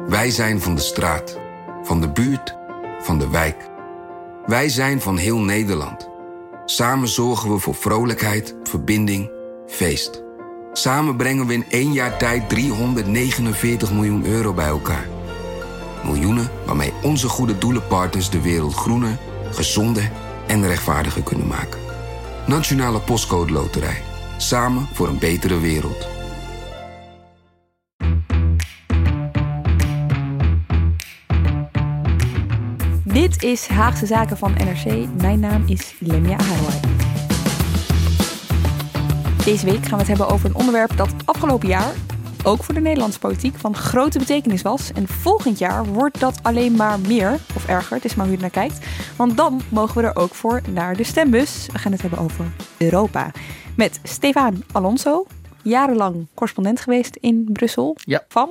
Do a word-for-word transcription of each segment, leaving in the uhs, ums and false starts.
Wij zijn van de straat, van de buurt, van de wijk. Wij zijn van heel Nederland. Samen zorgen we voor vrolijkheid, verbinding, feest. Samen brengen we in één jaar tijd driehonderdnegenenveertig miljoen euro bij elkaar. Miljoenen waarmee onze goede doelenpartners de wereld groener, gezonder en rechtvaardiger kunnen maken. Nationale Postcode Loterij. Samen voor een betere wereld. Dit is Haagse Zaken van N R C. Mijn naam is Lemia Aharwai. Deze week gaan we het hebben over een onderwerp dat afgelopen jaar, ook voor de Nederlandse politiek, van grote betekenis was. En volgend jaar wordt dat alleen maar meer, of erger, het is maar hoe je er naar kijkt. Want dan mogen we er ook voor naar de stembus. We gaan het hebben over Europa. Met Stefan Alonso, jarenlang correspondent geweest in Brussel. Ja. Van?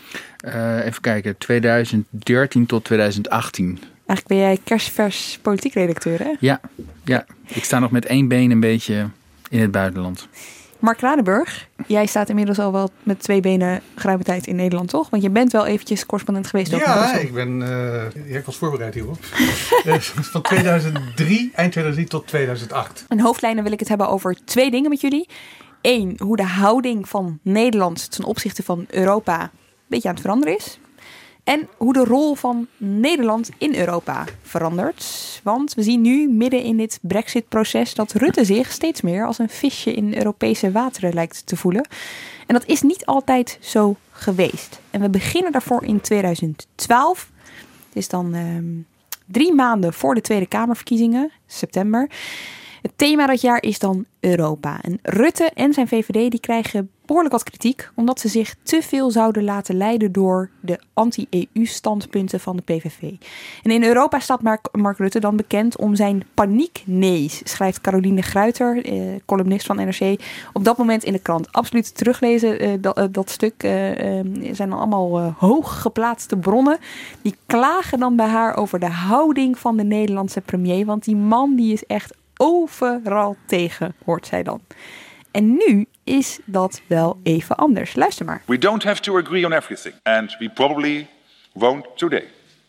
Uh, even kijken, tweeduizend dertien tot tweeduizend achttien. Eigenlijk ben jij kerstvers politiek redacteur, hè? Ja, ja, ik sta nog met één been een beetje in het buitenland. Mark Kranenburg, jij staat inmiddels al wel met twee benen geruime tijd in Nederland, toch? Want je bent wel eventjes correspondent geweest. Ook ja, ik ben. Uh, ja, ik was voorbereid hierop. Van tweeduizend drie, eind tweeduizend drie tot tweeduizend acht. In hoofdlijnen wil ik het hebben over twee dingen met jullie. Eén, hoe de houding van Nederland ten opzichte van Europa een beetje aan het veranderen is. En hoe de rol van Nederland in Europa verandert. Want we zien nu midden in dit Brexit-proces dat Rutte zich steeds meer als een visje in Europese wateren lijkt te voelen. En dat is niet altijd zo geweest. En we beginnen daarvoor in tweeduizend twaalf. Het is dan um, drie maanden voor de Tweede Kamerverkiezingen, september. Het thema dat jaar is dan Europa. En Rutte en zijn V V D die krijgen behoorlijk wat kritiek, omdat ze zich te veel zouden laten leiden door de anti-E U-standpunten van de P V V. En in Europa staat Mark, Mark Rutte dan bekend om zijn panieknees, schrijft Caroline Gruiter, eh, columnist van N R C, op dat moment in de krant. Absoluut teruglezen, eh, dat, uh, dat stuk uh, uh, zijn dan allemaal uh, hoog geplaatste bronnen. Die klagen dan bij haar over de houding van de Nederlandse premier, want die man die is echt overal tegen, hoort zij dan. En nu is dat wel even anders. Luister maar. We don't have to agree on everything. And we probably won't today.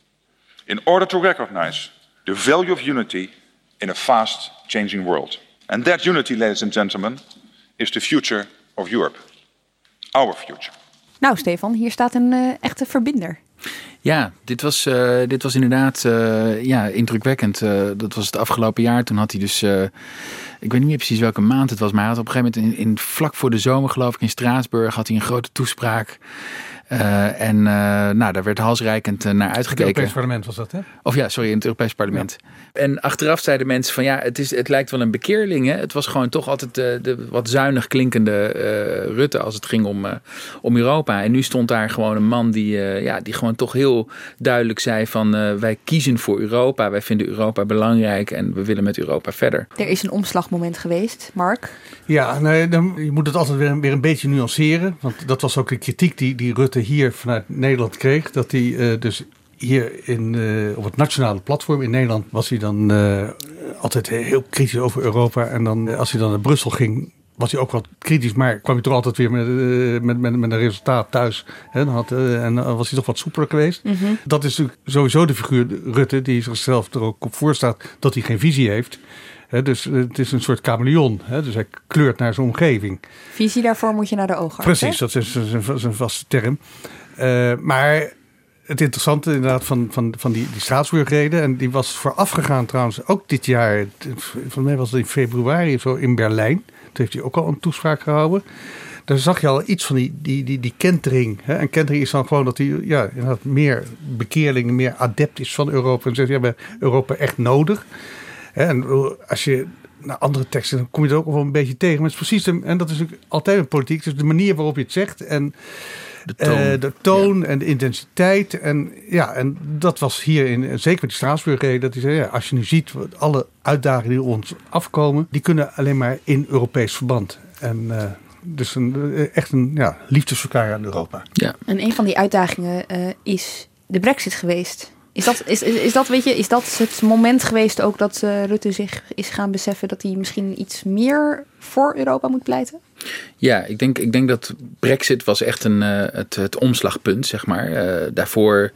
In order to recognize the value of unity in a fast changing world. And that unity, ladies and gentlemen, is the future of Europe. Our future. Nou, Stefan, hier staat een uh, echte verbinder. Ja, dit was, uh, dit was inderdaad uh, ja, indrukwekkend. Uh, dat was het afgelopen jaar. Toen had hij dus, uh, ik weet niet meer precies welke maand het was, maar hij had op een gegeven moment in, in vlak voor de zomer, geloof ik, in Straatsburg, had hij een grote toespraak. Uh, en uh, nou, daar werd halsreikend uh, naar uitgekeken. Het Europees Parlement was dat, hè? Of ja, sorry, in het Europees Parlement. Ja. En achteraf zeiden mensen van ja, het, is, het lijkt wel een bekeerling. Hè? Het was gewoon toch altijd uh, de wat zuinig klinkende uh, Rutte als het ging om, uh, om Europa. En nu stond daar gewoon een man die, uh, ja, die gewoon toch heel duidelijk zei van uh, wij kiezen voor Europa. Wij vinden Europa belangrijk en we willen met Europa verder. Er is een omslagmoment geweest, Mark. Ja, nee, dan, je moet het altijd weer, weer een beetje nuanceren. Want dat was ook de kritiek die, die Rutte hier vanuit Nederland kreeg. Dat hij uh, dus hier in, uh, op het nationale platform in Nederland was hij dan uh, altijd heel kritisch over Europa. En dan uh, als hij dan naar Brussel ging, was hij ook wat kritisch. Maar kwam hij toch altijd weer met, uh, met, met, met een resultaat thuis. Hè, dan had, uh, en dan was hij toch wat soepeler geweest. Mm-hmm. Dat is natuurlijk sowieso de figuur Rutte die zichzelf er ook op voorstaat dat hij geen visie heeft. He, dus het is een soort chameleon. He, dus hij kleurt naar zijn omgeving. Visie daarvoor moet je naar de oogarts. Precies, hè? dat is een vaste term. Uh, maar het interessante inderdaad van, van, van die, die Straatsburgreden. En die was voorafgegaan trouwens ook dit jaar. Volgens mij was het in februari of zo in Berlijn. Toen heeft hij ook al een toespraak gehouden. Daar zag je al iets van die, die, die, die kentering. Hè? En kentering is dan gewoon dat hij ja, inderdaad meer bekeerling, meer adept is van Europa. En zegt, ja, we hebben Europa echt nodig. En als je naar andere teksten, dan kom je er ook wel een beetje tegen. Maar het is precies, de, en dat is natuurlijk altijd een politiek, dus de manier waarop je het zegt en de toon, uh, de toon ja. en de intensiteit. En ja, en dat was hier in, zeker met de Straatsburgreden, dat hij zei, ja, als je nu ziet, alle uitdagingen die ons afkomen, die kunnen alleen maar in Europees verband. En uh, dus een, echt een ja, liefdesverklaring aan Europa. Ja. En een van die uitdagingen uh, is de Brexit geweest. Is dat, is, is, is dat, weet je, is dat het moment geweest ook dat uh, Rutte zich is gaan beseffen dat hij misschien iets meer voor Europa moet pleiten? Ja, ik denk, ik denk dat Brexit was echt een, uh, het, het omslagpunt, zeg maar. Uh, daarvoor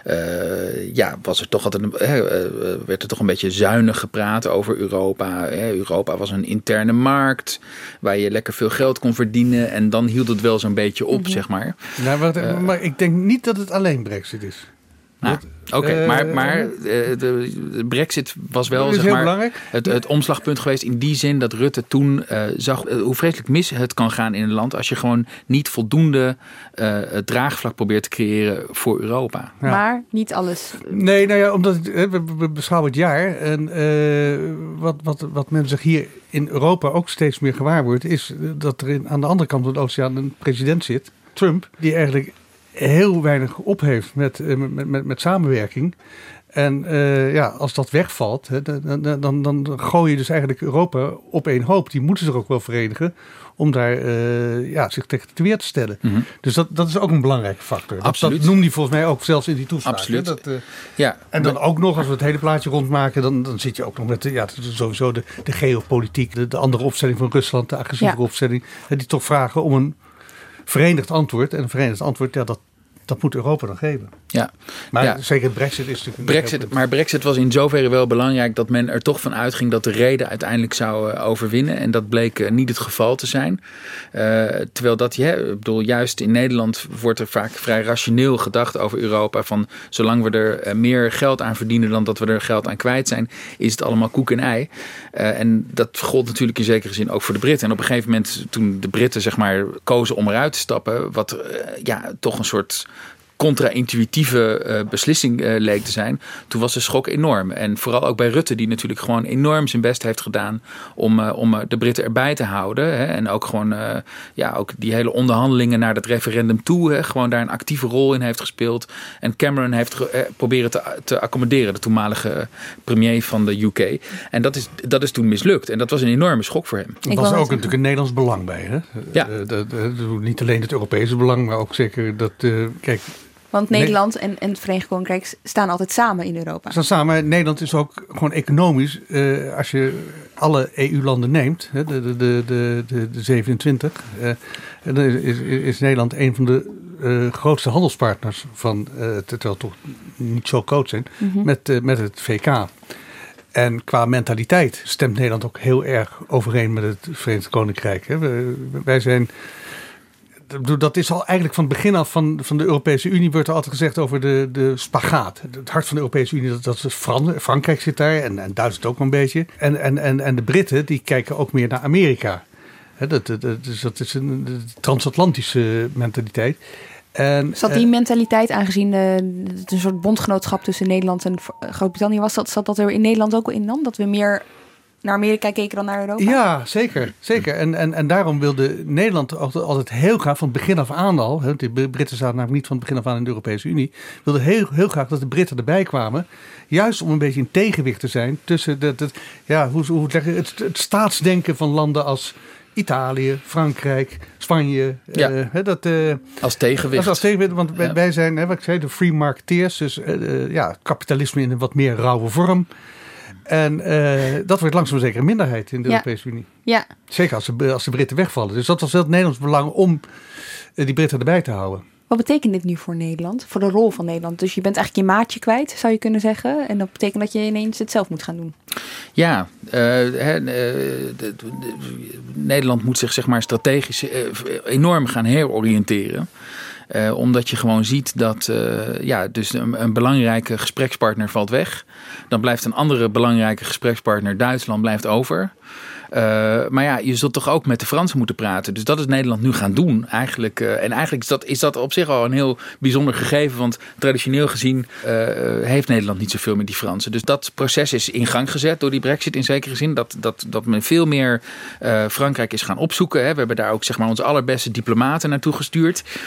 uh, ja, was er toch altijd een, uh, werd er toch een beetje zuinig gepraat over Europa. Uh, Europa was een interne markt waar je lekker veel geld kon verdienen. En dan hield het wel zo'n beetje op, mm-hmm. zeg maar. Nou, maar, uh, maar ik denk niet dat het alleen Brexit is. Nou, Oké, okay, uh, maar, maar uh, de, de Brexit was wel zeg maar, het, het omslagpunt geweest in die zin dat Rutte toen uh, zag uh, hoe vreselijk mis het kan gaan in een land als je gewoon niet voldoende uh, het draagvlak probeert te creëren voor Europa. Ja. Maar niet alles. Nee, nou ja, omdat het, we, we beschouwen het jaar en uh, wat, wat, wat men zich hier in Europa ook steeds meer gewaar wordt, is dat er in, aan de andere kant van de oceaan een president zit, Trump, die eigenlijk heel weinig op heeft met, met, met, met samenwerking. En uh, ja, als dat wegvalt, hè, dan, dan, dan gooi je dus eigenlijk Europa op één hoop. Die moeten zich ook wel verenigen om daar uh, ja, zich tegen te weer te stellen. Mm-hmm. Dus dat, dat is ook een belangrijke factor. Absoluut. Dat, dat noemde hij volgens mij ook zelfs in die toespraak. Absoluut. Dat, uh, ja. En dan ook nog, als we het hele plaatje rondmaken, dan, dan zit je ook nog met de, ja, sowieso de, de geopolitiek, de, de andere opstelling van Rusland, de agressieve ja. opstelling, die toch vragen om een verenigd antwoord. En een verenigd antwoord, ja, dat, dat moet Europa dan geven. Ja. Maar ja. zeker Brexit is natuurlijk... Brexit, maar Brexit was in zoverre wel belangrijk dat men er toch van uitging dat de reden uiteindelijk zou uh, overwinnen. En dat bleek uh, niet het geval te zijn. Uh, terwijl dat, ja, ik bedoel, juist in Nederland wordt er vaak vrij rationeel gedacht over Europa. Van zolang we er uh, meer geld aan verdienen dan dat we er geld aan kwijt zijn, is het allemaal koek en ei. Uh, en dat gold natuurlijk in zekere zin ook voor de Britten. En op een gegeven moment toen de Britten zeg maar kozen om eruit te stappen, wat uh, ja, toch een soort contra-intuïtieve uh, beslissing uh, leek te zijn, toen was de schok enorm. En vooral ook bij Rutte, die natuurlijk gewoon enorm zijn best heeft gedaan om, uh, om uh, de Britten erbij te houden. Hè, en ook gewoon uh, ja, ook die hele onderhandelingen naar dat referendum toe, hè, gewoon daar een actieve rol in heeft gespeeld. En Cameron heeft ge- uh, proberen te, te accommoderen, de toenmalige premier van de U K. En dat is, dat is toen mislukt. En dat was een enorme schok voor hem. Er was ook natuurlijk een Nederlands belang bij. Hè? Ja. Uh, de, de, de, niet alleen het Europese belang, maar ook zeker dat... Uh, kijk, Want Nederland en, en het Verenigd Koninkrijk staan altijd samen in Europa. Staan samen. Nederland is ook gewoon economisch, uh, als je alle E U-landen neemt, hè, de, de, de, de, de zevenentwintig, uh, dan is, is Nederland een van de uh, grootste handelspartners van, uh, terwijl toch niet zo groot zijn, mm-hmm. met, uh, met het V K. En qua mentaliteit stemt Nederland ook heel erg overeen met het Verenigd Koninkrijk. Hè. We, wij zijn... Dat is al eigenlijk van het begin af van, van de Europese Unie wordt er altijd gezegd over de, de spagaat. Het hart van de Europese Unie, dat, dat is Fran- Frankrijk zit daar en, en Duitsland ook wel een beetje. En, en, en, en de Britten die kijken ook meer naar Amerika. He, dat, dat, dat, dus dat is een de transatlantische mentaliteit. En, zat die uh, mentaliteit, aangezien de, de, een soort bondgenootschap tussen Nederland en Groot-Brittannië was, dat, zat dat er in Nederland ook in dan? Dat we meer naar Amerika keken dan naar Europa? Ja, zeker. zeker. En, en, en daarom wilde Nederland altijd, altijd heel graag van het begin af aan al, hè, de Britten zaten namelijk niet van het begin af aan in de Europese Unie, wilde heel, heel graag dat de Britten erbij kwamen. Juist om een beetje in tegenwicht te zijn tussen de, de, ja, hoe, hoe het, het, het staatsdenken van landen als Italië, Frankrijk, Spanje. Ja. Uh, hè, dat, uh, als tegenwicht. Als, als tegenwicht, want ja. wij, wij zijn, hè, wat ik zei, de free marketeers. Dus uh, ja, kapitalisme in een wat meer rauwe vorm. En uh, dat wordt langzaam zeker een minderheid in de ja. Europese Unie. Ja. Zeker als de, als de Britten wegvallen. Dus dat was wel het Nederlands belang om uh, die Britten erbij te houden. Wat betekent dit nu voor Nederland? Voor de rol van Nederland? Dus je bent eigenlijk je maatje kwijt, zou je kunnen zeggen. En dat betekent dat je ineens het zelf moet gaan doen. Ja, uh, he, uh, de, de, de, Nederland moet zich zeg maar strategisch uh, enorm gaan heroriënteren. Uh, omdat je gewoon ziet dat uh, ja, dus een, een belangrijke gesprekspartner valt weg. Dan blijft een andere belangrijke gesprekspartner, Duitsland, blijft over. Uh, maar ja, je zult toch ook met de Fransen moeten praten. Dus dat is Nederland nu gaan doen eigenlijk. Uh, en eigenlijk is dat, is dat op zich al een heel bijzonder gegeven. Want traditioneel gezien uh, heeft Nederland niet zoveel met die Fransen. Dus dat proces is in gang gezet door die Brexit in zekere zin. Dat, dat, dat men veel meer uh, Frankrijk is gaan opzoeken. Hè. We hebben daar ook zeg maar onze allerbeste diplomaten naartoe gestuurd. Uh,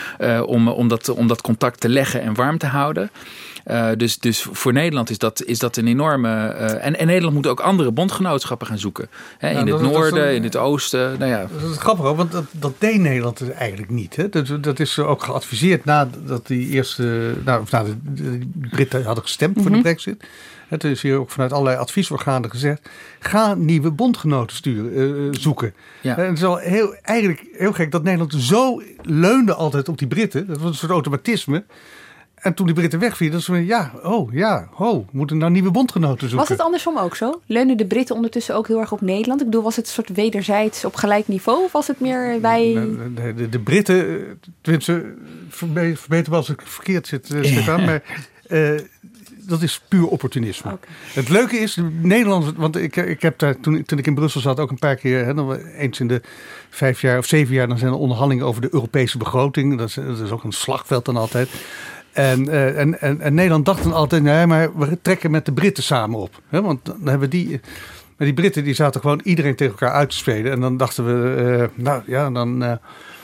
om, om, dat, om dat contact te leggen en warm te houden. Uh, dus, dus voor Nederland is dat, is dat een enorme... Uh, en, en Nederland moet ook andere bondgenootschappen gaan zoeken. Hè, ja, in het noorden, een, in het oosten. Nou ja. Dat is grappig ook, want dat, dat deed Nederland dus eigenlijk niet. Hè? Dat, dat is ook geadviseerd nadat die eerste... Nou, na de, de Britten hadden gestemd mm-hmm. voor de Brexit. Het is hier ook vanuit allerlei adviesorganen gezegd. Ga nieuwe bondgenoten sturen, uh, zoeken. Ja. En het is al heel, eigenlijk heel gek dat Nederland zo leunde altijd op die Britten. Dat was een soort automatisme. En toen die Britten wegvielen, dat ze ja, oh ja, oh, we moeten nou nieuwe bondgenoten zoeken. Was het andersom ook zo? Leunen de Britten ondertussen ook heel erg op Nederland? Ik bedoel, was het een soort wederzijds op gelijk niveau? Of was het meer wij... De, de, de, de Britten, tenminste, verbeter me als ik verkeerd zit, uh, Stefan, ja. maar... Uh, dat is puur opportunisme. Okay. Het leuke is, Nederland, want ik, ik heb daar toen, toen ik in Brussel zat ook een paar keer, hè, dan, eens in de vijf jaar of zeven jaar, dan zijn er onderhandelingen over de Europese begroting. Dat is, dat is ook een slagveld dan altijd. En, uh, en, en, en Nederland dacht dan altijd, nee, maar we trekken met de Britten samen op. Hè, want dan hebben die, maar die Britten die zaten gewoon iedereen tegen elkaar uit te spelen. En dan dachten we, uh, nou ja, dan... Uh,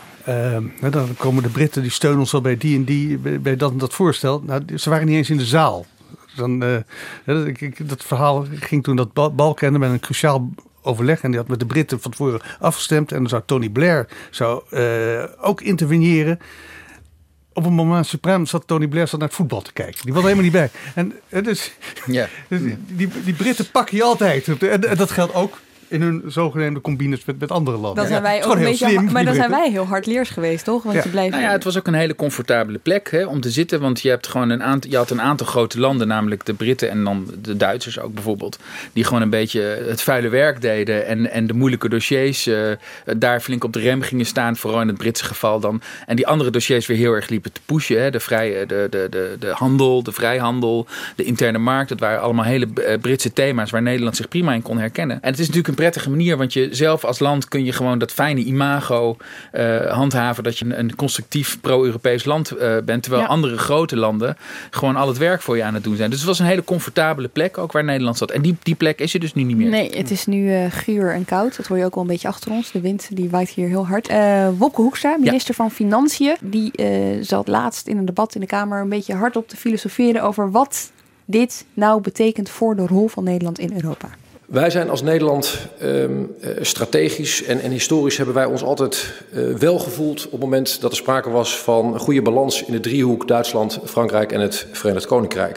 Uh, dan komen de Britten, die steunen ons al bij die en die, bij, bij dat en dat voorstel. Nou, ze waren niet eens in de zaal. Dan, uh, ik, ik, dat verhaal ging toen dat Bal- Balkenende met een cruciaal overleg. En die had met de Britten van tevoren afgestemd. En dan zou Tony Blair zou, uh, ook interveneren. Op een moment suprem zat Tony Blair zat naar het voetbal te kijken. Die was er helemaal niet bij. En uh, dus, yeah. die, die, die Britten pakken je altijd. En, en dat geldt ook in hun zogenaamde combines met, met andere landen. Dan zijn wij ja, ook een beetje, slim, maar dan zijn wij heel hardleers geweest, toch? Want ja. je blijft... Nou ja, het was ook een hele comfortabele plek hè, om te zitten. Want je hebt gewoon een aantal, je had een aantal grote landen, namelijk de Britten en dan de Duitsers ook bijvoorbeeld, die gewoon een beetje het vuile werk deden en, en de moeilijke dossiers uh, daar flink op de rem gingen staan, vooral in het Britse geval dan. En die andere dossiers weer heel erg liepen te pushen. Hè, de, vrije, de, de, de, de handel, de vrijhandel, de interne markt. Dat waren allemaal hele Britse thema's waar Nederland zich prima in kon herkennen. En het is natuurlijk een prettige manier, want je zelf als land kun je gewoon dat fijne imago uh, handhaven dat je een, een constructief pro-Europees land uh, bent, terwijl ja. andere grote landen gewoon al het werk voor je aan het doen zijn. Dus het was een hele comfortabele plek ook waar Nederland zat. En die, die plek is er dus nu niet meer. Nee, het is nu uh, guur en koud. Dat hoor je ook wel een beetje achter ons. De wind die waait hier heel hard. Uh, Wopke Hoekstra, minister ja. van Financiën, die uh, zat laatst in een debat in de Kamer een beetje hardop te filosoferen over wat dit nou betekent voor de rol van Nederland in Europa. Wij zijn als Nederland um, strategisch en, en historisch hebben wij ons altijd uh, wel gevoeld op het moment dat er sprake was van een goede balans in de driehoek Duitsland, Frankrijk en het Verenigd Koninkrijk.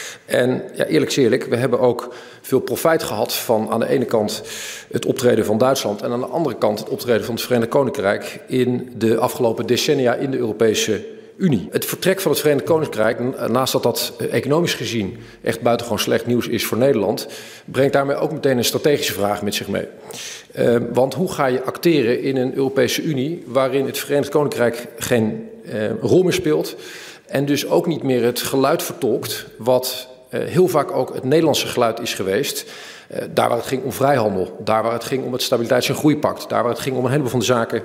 En ja, eerlijk is eerlijk, we hebben ook veel profijt gehad van aan de ene kant het optreden van Duitsland en aan de andere kant het optreden van het Verenigd Koninkrijk in de afgelopen decennia in de Europese Unie. Het vertrek van het Verenigd Koninkrijk, naast dat dat economisch gezien echt buitengewoon slecht nieuws is voor Nederland, brengt daarmee ook meteen een strategische vraag met zich mee. Uh, want hoe ga je acteren in een Europese Unie waarin het Verenigd Koninkrijk geen uh, rol meer speelt en dus ook niet meer het geluid vertolkt wat uh, heel vaak ook het Nederlandse geluid is geweest. Uh, daar waar het ging om vrijhandel, daar waar het ging om het Stabiliteits- en Groeipact, daar waar het ging om een heleboel van de zaken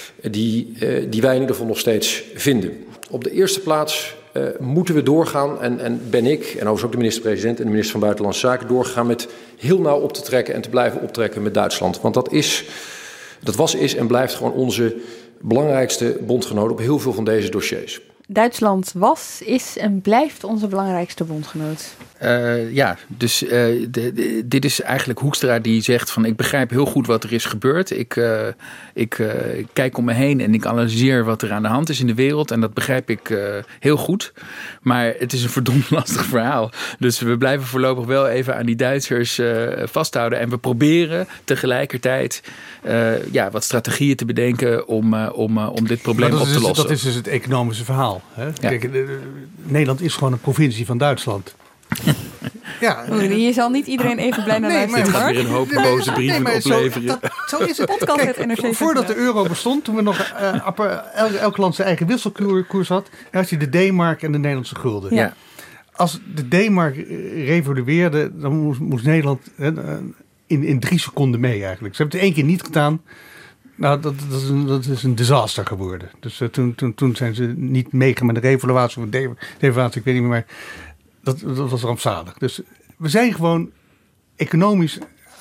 die, uh, die wij in ieder geval nog steeds vinden. Op de eerste plaats uh, moeten we doorgaan en, en ben ik en overigens ook de minister-president en de minister van Buitenlandse Zaken doorgaan met heel nauw op te trekken en te blijven optrekken met Duitsland. Want dat is, dat was, is en blijft gewoon onze belangrijkste bondgenoot op heel veel van deze dossiers. Duitsland was, is en blijft onze belangrijkste bondgenoot. Uh, ja, dus uh, de, de, dit is eigenlijk Hoekstra die zegt van ik begrijp heel goed wat er is gebeurd. Ik, uh, ik uh, kijk om me heen en ik analyseer wat er aan de hand is in de wereld. En dat begrijp ik uh, heel goed. Maar het is een verdomd lastig verhaal. Dus we blijven voorlopig wel even aan die Duitsers uh, vasthouden. En we proberen tegelijkertijd uh, ja, wat strategieën te bedenken om, uh, om, uh, om dit probleem op te dus, lossen. Dat is dus het economische verhaal. Hè? Ja. Kijk, de, de, Nederland is gewoon een provincie van Duitsland. Ja, je zal niet iedereen even blij naar nee, luisteren. Het gaat weer een hoop nee, boze brieven nee, opleveren. Zo, dat, zo is het. Kijk, voordat de euro bestond, toen we nog uh, elk, elk land zijn eigen wisselkoers had, had je de D-mark en de Nederlandse gulden. Ja. Als de D-mark revolueerde, dan moest, moest Nederland uh, in, in drie seconden mee eigenlijk. Ze hebben het één keer niet gedaan. Nou, dat, dat, is een, dat is een disaster geworden. Dus uh, toen, toen, toen zijn ze niet meegegaan met de revaluatie of de devaluatie, ik weet niet meer, maar dat, dat was rampzalig. Dus we zijn gewoon economisch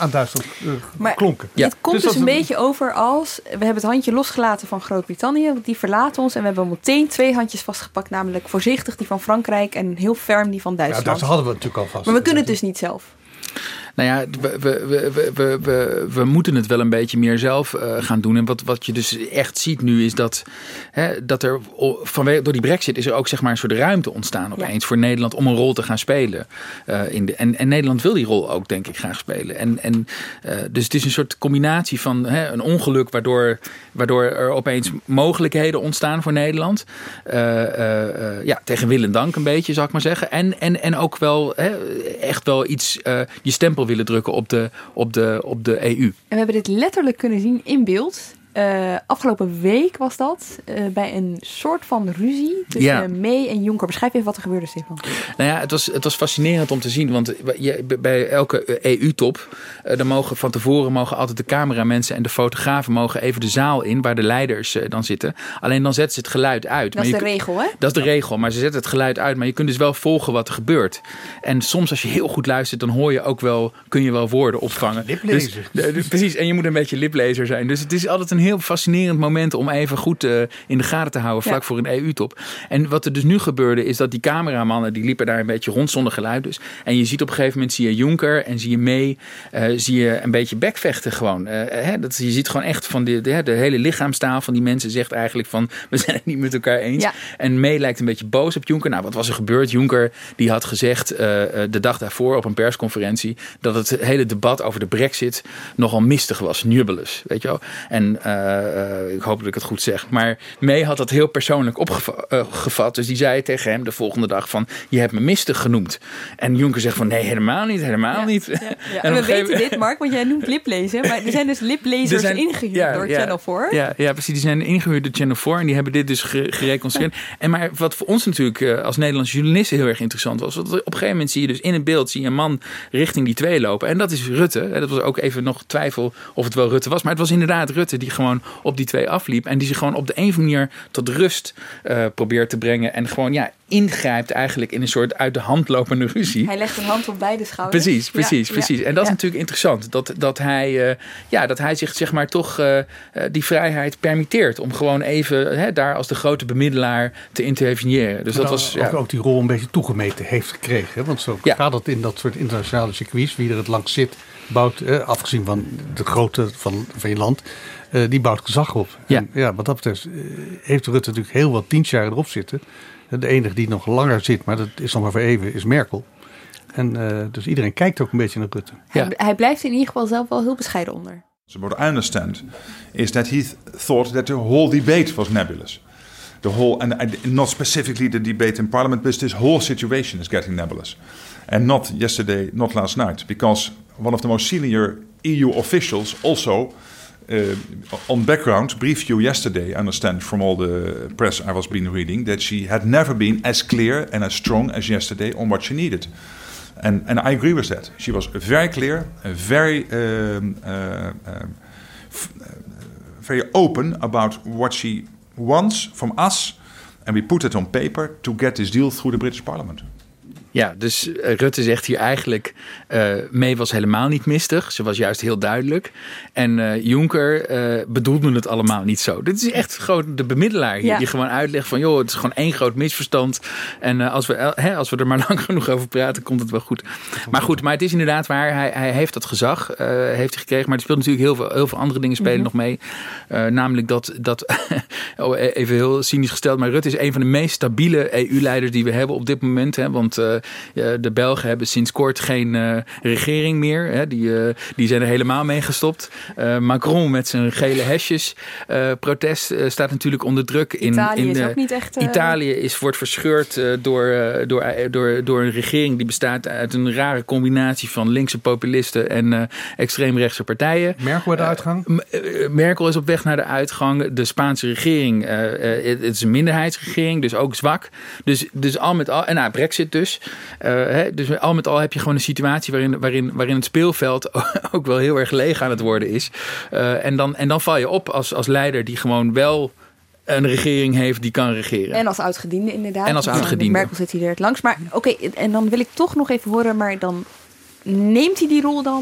aan Duitsland uh, maar klonken. Ja. Het komt dus, dus een een beetje over als... We hebben het handje losgelaten van Groot-Brittannië. Want die verlaten ons. En we hebben meteen twee handjes vastgepakt. Namelijk voorzichtig die van Frankrijk. En heel ferm die van Duitsland. Ja, dat hadden we natuurlijk al vast. Maar we kunnen het dus niet zelf. Nou ja, we, we, we, we, we, we moeten het wel een beetje meer zelf uh, gaan doen. En wat, wat je dus echt ziet nu is dat, hè, dat er vanwege, door die brexit is er ook zeg maar een soort ruimte ontstaan opeens ja. voor Nederland om een rol te gaan spelen. Uh, in de, en, en Nederland wil die rol ook denk ik graag spelen. En, en, uh, dus het is een soort combinatie van hè, een ongeluk waardoor, waardoor er opeens mogelijkheden ontstaan voor Nederland. Uh, uh, uh, ja, tegen wil en dank een beetje zou ik maar zeggen. En, en, en ook wel hè, echt wel iets, uh, je stempel willen drukken op de, op, de, op de E U. En we hebben dit letterlijk kunnen zien in beeld. Uh, afgelopen week was dat. Uh, bij een soort van ruzie tussen ja. May en Juncker. Beschrijf even wat er gebeurde, Stefan. Nou ja, het was, het was fascinerend om te zien. Want je, bij elke E U-top... Uh, dan mogen van tevoren mogen altijd de cameramensen en de fotografen... mogen even de zaal in waar de leiders uh, dan zitten. Alleen dan zetten ze het geluid uit. Dat maar is de je, regel, hè? Dat is de regel, maar ze zetten het geluid uit. Maar je kunt dus wel volgen wat er gebeurt. En soms als je heel goed luistert... dan hoor je ook wel, kun je wel woorden opvangen. Liplezer. Dus, uh, dus, precies, en je moet een beetje liplezer zijn. Dus het is altijd een heel fascinerend moment om even goed uh, in de gaten te houden vlak ja. voor een E U-top. En wat er dus nu gebeurde is dat die cameramannen die liepen daar een beetje rond zonder geluid dus. En je ziet op een gegeven moment zie je Juncker en zie je May, uh, zie je een beetje bekvechten gewoon. Uh, hè, dat, je ziet gewoon echt van de, de, de hele lichaamstaal van die mensen zegt eigenlijk van we zijn het niet met elkaar eens. Ja. En May lijkt een beetje boos op Juncker. Nou, wat was er gebeurd? Juncker die had gezegd uh, de dag daarvoor op een persconferentie dat het hele debat over de Brexit nogal mistig was, nebulous, weet je wel. En uh, ik hoop dat ik het goed zeg. Maar May had dat heel persoonlijk opgevat. Uh, dus die zei tegen hem de volgende dag van je hebt me mistig genoemd. En Juncker zegt van nee, helemaal niet, helemaal ja, niet. Ja, ja. En, en we weten dit, Mark, want jij noemt liplezen. Maar er zijn dus liplezers zijn, ingehuurd ja, door ja, Channel vier. Ja, ja, precies. Die zijn ingehuurd door Channel vier. En die hebben dit dus gereconstrueerd. En maar wat voor ons natuurlijk uh, als Nederlandse journalisten heel erg interessant was. Want op een gegeven moment zie je dus in het beeld zie je een man richting die twee lopen. En dat is Rutte. Dat was ook even nog twijfel of het wel Rutte was. Maar het was inderdaad Rutte die gewoon op die twee afliep. En die zich gewoon op de een of andere manier tot rust uh, probeert te brengen. En gewoon ja, ingrijpt eigenlijk in een soort uit de hand lopende ruzie. Hij legt een hand op beide schouders. Precies, precies, ja, precies. Ja, en dat ja. is natuurlijk interessant. Dat, dat, hij, uh, ja, dat hij zich zeg maar toch uh, die vrijheid permitteert. Om gewoon even hè, daar als de grote bemiddelaar te interveneren. Dus maar dat was ook, ja. ook die rol een beetje toegemeten heeft gekregen. Hè? Want zo ja. gaat het in dat soort internationale circuits. Wie er het langs zit, bouwt, eh, afgezien van de grootte van, van je land... Uh, die bouwt gezag op. Ja. En ja, wat dat betreft uh, heeft Rutte natuurlijk heel wat dienstjaren erop zitten. De enige die nog langer zit, maar dat is nog maar voor even, is Merkel. En uh, dus iedereen kijkt ook een beetje naar Rutte. Ja. Ja. Hij, hij blijft in ieder geval zelf wel heel bescheiden onder. So what I understand is that he th- thought that the whole debate was nebulous. The whole, and I, not specifically the debate in Parliament, but this whole situation is getting nebulous. And not yesterday, not last night, because one of the most senior E U officials also... Uh, on background, briefed you yesterday, I understand from all the press I was been reading, that she had never been as clear and as strong as yesterday on what she needed. And, and I agree with that. She was very clear, very, um, uh, um, f- uh, very open about what she wants from us. And we put it on paper to get this deal through the British Parliament. Ja, dus uh, Rutte zegt hier eigenlijk... Uh, May was helemaal niet mistig. Ze was juist heel duidelijk. En uh, Juncker uh, bedoelde het allemaal niet zo. Dit is echt gewoon de bemiddelaar hier. Ja. Die gewoon uitlegt van... joh, het is gewoon één groot misverstand. En uh, als, we, uh, hè, als we er maar lang genoeg over praten... komt het wel goed. Maar goed, maar het is inderdaad waar. Hij, hij heeft dat gezag uh, heeft hij gekregen. Maar er speelt natuurlijk heel veel, heel veel andere dingen spelen mm-hmm. nog mee. Uh, namelijk dat... dat oh, even heel cynisch gesteld... maar Rutte is een van de meest stabiele E U-leiders... die we hebben op dit moment. Hè, want... Uh, de Belgen hebben sinds kort geen uh, regering meer. Hè. Die, uh, die zijn er helemaal mee gestopt. Uh, Macron met zijn gele hesjes uh, protest uh, staat natuurlijk onder druk. In, Italië in, is uh, ook niet echt... Uh... Italië is, wordt verscheurd uh, door, uh, door, uh, door, door een regering die bestaat uit een rare combinatie van linkse populisten en uh, extreemrechtse partijen. Merkel bij de uitgang? Uh, uh, Merkel is op weg naar de uitgang. De Spaanse regering, uh, uh, het is een minderheidsregering, dus ook zwak. Dus, dus al met al, en nou, Brexit dus. Uh, hè, dus al met al heb je gewoon een situatie waarin, waarin, waarin het speelveld ook wel heel erg leeg aan het worden is. Uh, en, dan, en dan val je op als, als leider die gewoon wel een regering heeft die kan regeren. En als oudgediende inderdaad. En als oudgediende. Merkel zit hier langs. Maar oké, okay, en dan wil ik toch nog even horen, maar dan neemt hij die rol dan? Of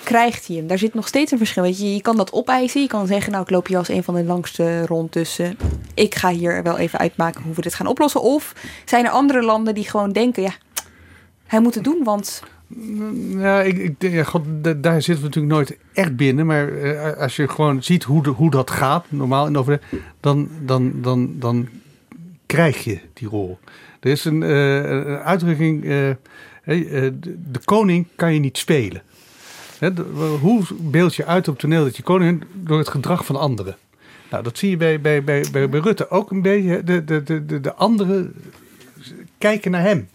krijgt hij hem? Daar zit nog steeds een verschil. Weet je, je kan dat opeisen. Je kan zeggen, nou, ik loop hier als een van de langste rond. Dus uh, ik ga hier wel even uitmaken hoe we dit gaan oplossen. Of zijn er andere landen die gewoon denken, ja, hij moet het doen, want... Ja, ik, ik, ja God, daar zitten we natuurlijk nooit echt binnen. Maar uh, als je gewoon ziet hoe, de, hoe dat gaat, normaal in overleg, dan, dan, dan, dan krijg je die rol. Er is een, uh, een uitdrukking, uh, hey, uh, de, de koning kan je niet spelen. He, de, hoe beeld je uit op toneel dat je koning bent? Door het gedrag van anderen. Nou, dat zie je bij, bij, bij, bij, bij Rutte ook een beetje. De, de, de, de, de anderen kijken naar hem.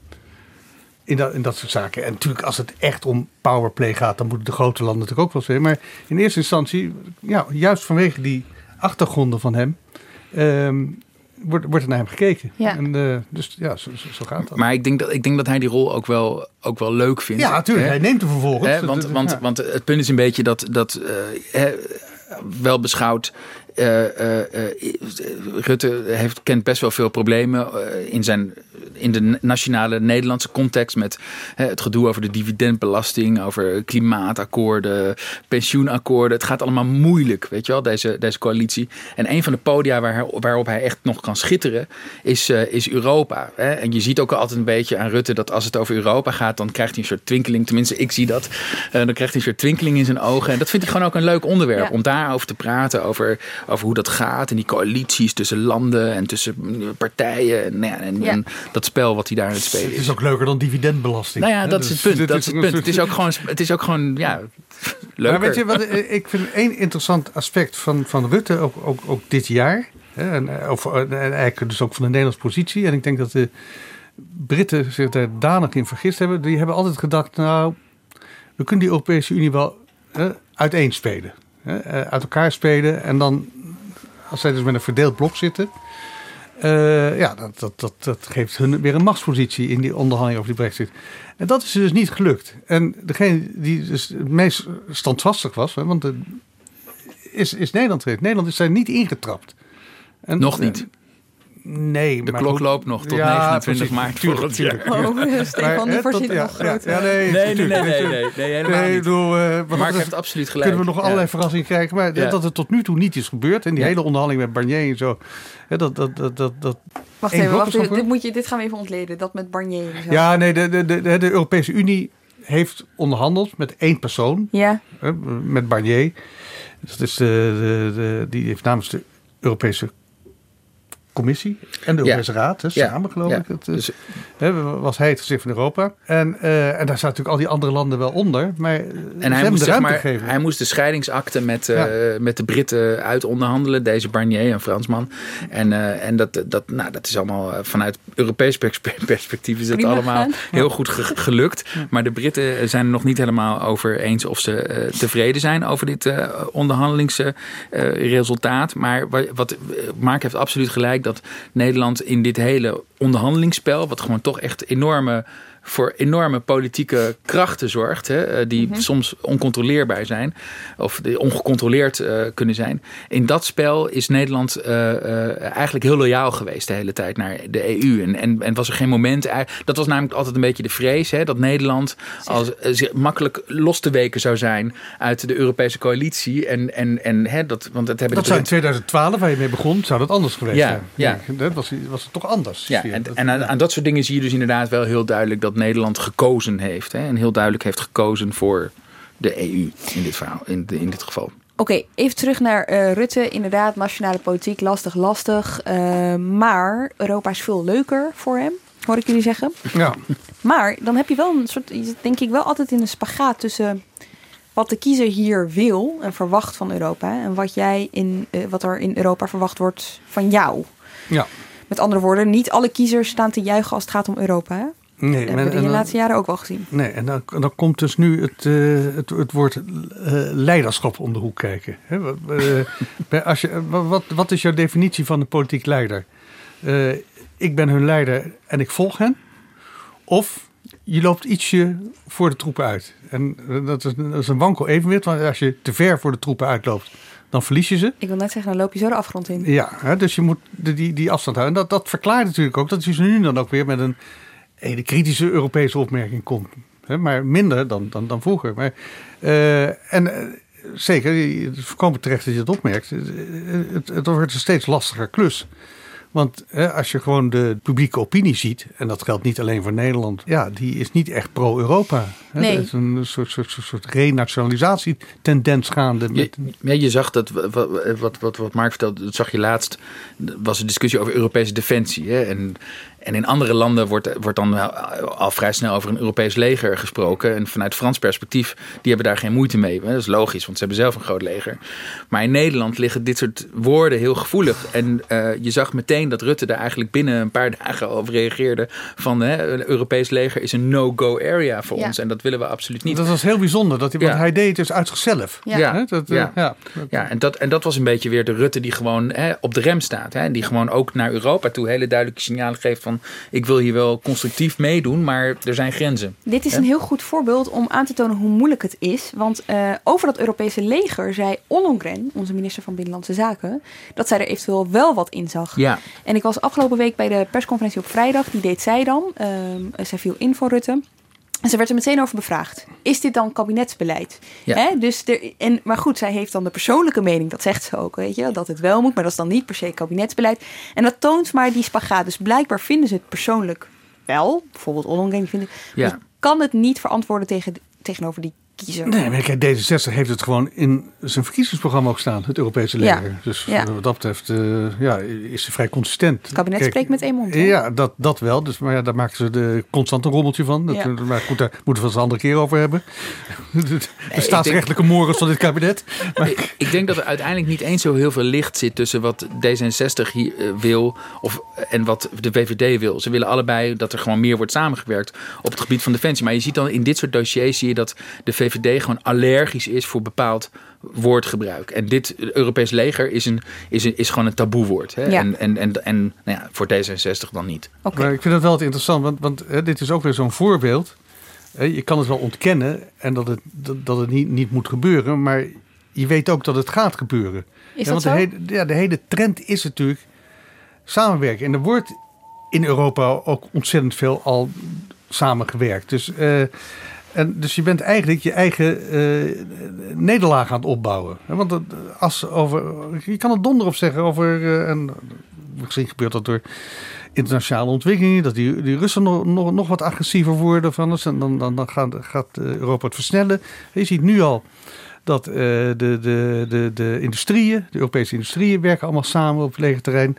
In dat, in dat soort zaken. En natuurlijk als het echt om powerplay gaat, dan moeten de grote landen natuurlijk ook wel zijn. Maar in eerste instantie, ja, juist vanwege die achtergronden van hem, um, wordt, wordt er naar hem gekeken. Ja. En, uh, dus ja, zo, zo gaat dat. Maar ik denk dat, ik denk dat hij die rol ook wel, ook wel leuk vindt. Ja, natuurlijk. Hè? Hij neemt hem vervolgens. Hè? Want, want, ja. want het punt is een beetje dat, dat uh, hè, wel beschouwd, Uh, uh, uh, Rutte heeft, kent best wel veel problemen uh, in, zijn, in de nationale Nederlandse context met uh, het gedoe over de dividendbelasting, over klimaatakkoorden, pensioenakkoorden. Het gaat allemaal moeilijk, weet je wel, deze, deze coalitie. En een van de podia waar, waarop hij echt nog kan schitteren is, uh, is Europa. Hè? En je ziet ook altijd een beetje aan Rutte dat als het over Europa gaat, dan krijgt hij een soort twinkeling. Tenminste, ik zie dat. Uh, dan krijgt hij een soort twinkeling in zijn ogen. En dat vindt hij gewoon ook een leuk onderwerp ja. om daarover te praten, over over hoe dat gaat en die coalities tussen landen en tussen partijen en, ja, en, ja. en dat spel wat hij daar aan het spelen is. Het is ook leuker dan dividendbelasting. Nou ja, dat dus, is het punt. Dat is het punt. Soort... Het is ook gewoon, het is ook gewoon ja, leuker. Maar weet je wat, ik vind één interessant aspect van, van Rutte, ook, ook, ook dit jaar, hè, en, of, en eigenlijk dus ook van de Nederlandse positie, en ik denk dat de Britten zich daar danig in vergist hebben, die hebben altijd gedacht, nou, we kunnen die Europese Unie wel hè, uiteenspelen. Hè, uit elkaar spelen en dan, als zij dus met een verdeeld blok zitten, uh, ja, dat, dat, dat, dat geeft hun weer een machtspositie in die onderhandeling over die Brexit. En dat is dus niet gelukt. En degene die dus het meest standvastig was, hè, want de, is, is Nederland geweest. Nederland is daar niet ingetrapt. En, Nog niet. Nee, de maar klok goed, loopt nog tot ja, negenentwintig maart volgend jaar. Oh, Stefan, de voorzitter ja, nog groot. Ja, ja, nee, nee, nee, nee, nee, nee, nee, helemaal nee, niet. Bedoel, uh, Mark heeft absoluut gelijk. Kunnen we nog allerlei ja. verrassingen krijgen, maar ja. dat het tot nu toe niet is gebeurd. En die ja. hele onderhandeling met Barnier en zo. Hè, dat, dat, dat, dat, dat wacht even, wacht even. Dit, moet je, dit gaan we even ontleden. Dat met Barnier en zo. Ja, nee, de, de, de, de Europese Unie heeft onderhandeld met één persoon. Ja. Hè, met Barnier. Dat is de, de, de, die heeft namens de Europese Commissie en de Europese ja. Raad, hè, ja. samen geloof ja. ik. Het, dus, hè, was hij het gezicht van Europa. En, uh, en daar zaten natuurlijk al die andere landen wel onder. Maar en hij moest, zeg maar, hij moest de scheidingsakte met, uh, ja. met de Britten uitonderhandelen. Deze Barnier, een Fransman. En, uh, en dat, dat, nou, dat is allemaal uh, vanuit Europees perspectief is het Prima allemaal gaan. heel ja. goed ge- gelukt. Ja. Maar de Britten zijn er nog niet helemaal over eens of ze uh, tevreden zijn over dit uh, onderhandelingsresultaat. Uh, maar wat, Mark heeft absoluut gelijk dat Nederland in dit hele onderhandelingsspel, wat gewoon toch echt enorme, voor enorme politieke krachten zorgt, hè, die mm-hmm. soms oncontroleerbaar zijn, of ongecontroleerd uh, kunnen zijn. In dat spel is Nederland uh, uh, eigenlijk heel loyaal geweest de hele tijd naar de E U. En, en, en was er geen moment, dat was namelijk altijd een beetje de vrees, hè, dat Nederland als uh, makkelijk los te weken zou zijn uit de Europese coalitie. En, en, en, hè, dat, want het hebben dat de zou in tweeduizend twaalf, waar je mee begon, zou dat anders geweest ja, zijn. Ja. Nee, dat was, was het toch anders. Ja, en en aan, aan dat soort dingen zie je dus inderdaad wel heel duidelijk dat Nederland gekozen heeft. Hè, en heel duidelijk heeft gekozen voor de E U in dit, verhaal, in, de, in dit geval. Oké, okay, even terug naar uh, Rutte. Inderdaad, nationale politiek, lastig, lastig. Uh, maar Europa is veel leuker voor hem, hoor ik jullie zeggen. Ja. Maar dan heb je wel een soort, je zit denk ik wel altijd in een spagaat tussen wat de kiezer hier wil en verwacht van Europa en wat, jij in, uh, wat er in Europa verwacht wordt van jou. Ja. Met andere woorden, niet alle kiezers staan te juichen als het gaat om Europa, hè? Nee, dat hebben we in de laatste jaren ook wel gezien. Nee, en dan, dan komt dus nu het, uh, het, het woord uh, leiderschap om de hoek kijken. He, uh, als je, wat, wat is jouw definitie van een politiek leider? Uh, ik ben hun leider en ik volg hen. Of je loopt ietsje voor de troepen uit. En uh, dat, is, dat is een wankel evenwicht. Want als je te ver voor de troepen uitloopt, dan verlies je ze. Ik wil net zeggen, dan loop je zo de afgrond in. Ja, hè, dus je moet die, die afstand houden. En dat, dat verklaart natuurlijk ook dat je nu dan ook weer met een hele kritische Europese opmerking komt. Hè, maar minder dan, dan, dan vroeger. Maar, uh, en uh, zeker, het is voorkomen terecht dat je dat opmerkt. Het, het, het wordt een steeds lastiger klus. Want hè, als je gewoon de publieke opinie ziet, en dat geldt niet alleen voor Nederland, ja, die is niet echt pro-Europa. Hè. Nee. Er is een soort, soort, soort, soort renationalisatietendens gaande. Met... Je, ja, je zag dat, wat, wat, wat, wat Mark vertelde, dat zag je laatst, was een discussie over Europese defensie. Hè, en En in andere landen wordt, wordt dan al vrij snel over een Europees leger gesproken. En vanuit Frans perspectief, die hebben daar geen moeite mee. Dat is logisch, want ze hebben zelf een groot leger. Maar in Nederland liggen dit soort woorden heel gevoelig. En uh, je zag meteen dat Rutte daar eigenlijk binnen een paar dagen over reageerde. Van hè, een Europees leger is een no-go area voor ja. ons. En dat willen we absoluut niet. Dat was heel bijzonder. Dat hij, ja. Want hij deed het dus uit zichzelf. Ja, ja. Hè? Dat, ja. ja. ja en, dat, en dat was een beetje weer de Rutte die gewoon hè, op de rem staat. Hè, en die gewoon ook naar Europa toe hele duidelijke signalen geeft van... ik wil hier wel constructief meedoen, maar er zijn grenzen. Dit is hè? een heel goed voorbeeld om aan te tonen hoe moeilijk het is. Want uh, over dat Europese leger zei Ollongren, onze minister van Binnenlandse Zaken... dat zij er eventueel wel wat in zag. Ja. En ik was afgelopen week bij de persconferentie op vrijdag. Die deed zij dan. Uh, zij viel in voor Rutte. En ze werd er meteen over bevraagd. Is dit dan kabinetsbeleid? Ja. Hè? Dus er, en, maar goed, zij heeft dan de persoonlijke mening. Dat zegt ze ook, weet je. Dat het wel moet, maar dat is dan niet per se kabinetsbeleid. En dat toont maar die spagaat. Dus blijkbaar vinden ze het persoonlijk wel. Bijvoorbeeld Ollongren vinden. Ja. Dus kan het niet verantwoorden tegen, tegenover die kiezer. Nee, maar kijk, D zesenzestig heeft het gewoon in zijn verkiezingsprogramma ook staan. Het Europese leger. Ja. Dus ja. wat dat betreft uh, ja, is ze vrij consistent. Het kabinet kijk, spreekt met één mond. Hè? Ja, dat, dat wel. Dus, maar ja, daar maken ze de constant een rommeltje van. Dat, ja. Maar goed, daar moeten we het een andere keer over hebben. De nee, staatsrechtelijke denk, morgens van dit kabinet. Maar... Ik, ik denk dat er uiteindelijk niet eens zo heel veel licht zit tussen wat D zesenzestig hier, uh, wil of, en wat de V V D wil. Ze willen allebei dat er gewoon meer wordt samengewerkt op het gebied van defensie. Maar je ziet dan in dit soort dossiers zie je dat de V V D gewoon allergisch is voor bepaald woordgebruik. En dit Europees leger is, een, is, een, is gewoon een taboewoord. Hè? Ja. En, en, en, en nou ja, voor D zesenzestig dan niet. Okay. Maar ik vind het wel interessant, want, want hè, dit is ook weer zo'n voorbeeld. Hè, je kan het wel ontkennen en dat het, dat, dat het niet, niet moet gebeuren, maar je weet ook dat het gaat gebeuren. Is ja, dat want zo? De hele, ja, de hele trend is natuurlijk samenwerken. En er wordt in Europa ook ontzettend veel al samengewerkt. Dus... Uh, En dus je bent eigenlijk je eigen uh, nederlaag aan het opbouwen. Want als over, je kan het donder op zeggen over... Uh, en misschien gebeurt dat door internationale ontwikkelingen... dat die, die Russen nog, nog, nog wat agressiever worden van ons. En dan, dan, dan gaat, gaat Europa het versnellen. Je ziet nu al dat uh, de, de, de, de industrieën, de Europese industrieën... werken allemaal samen op het legerterrein.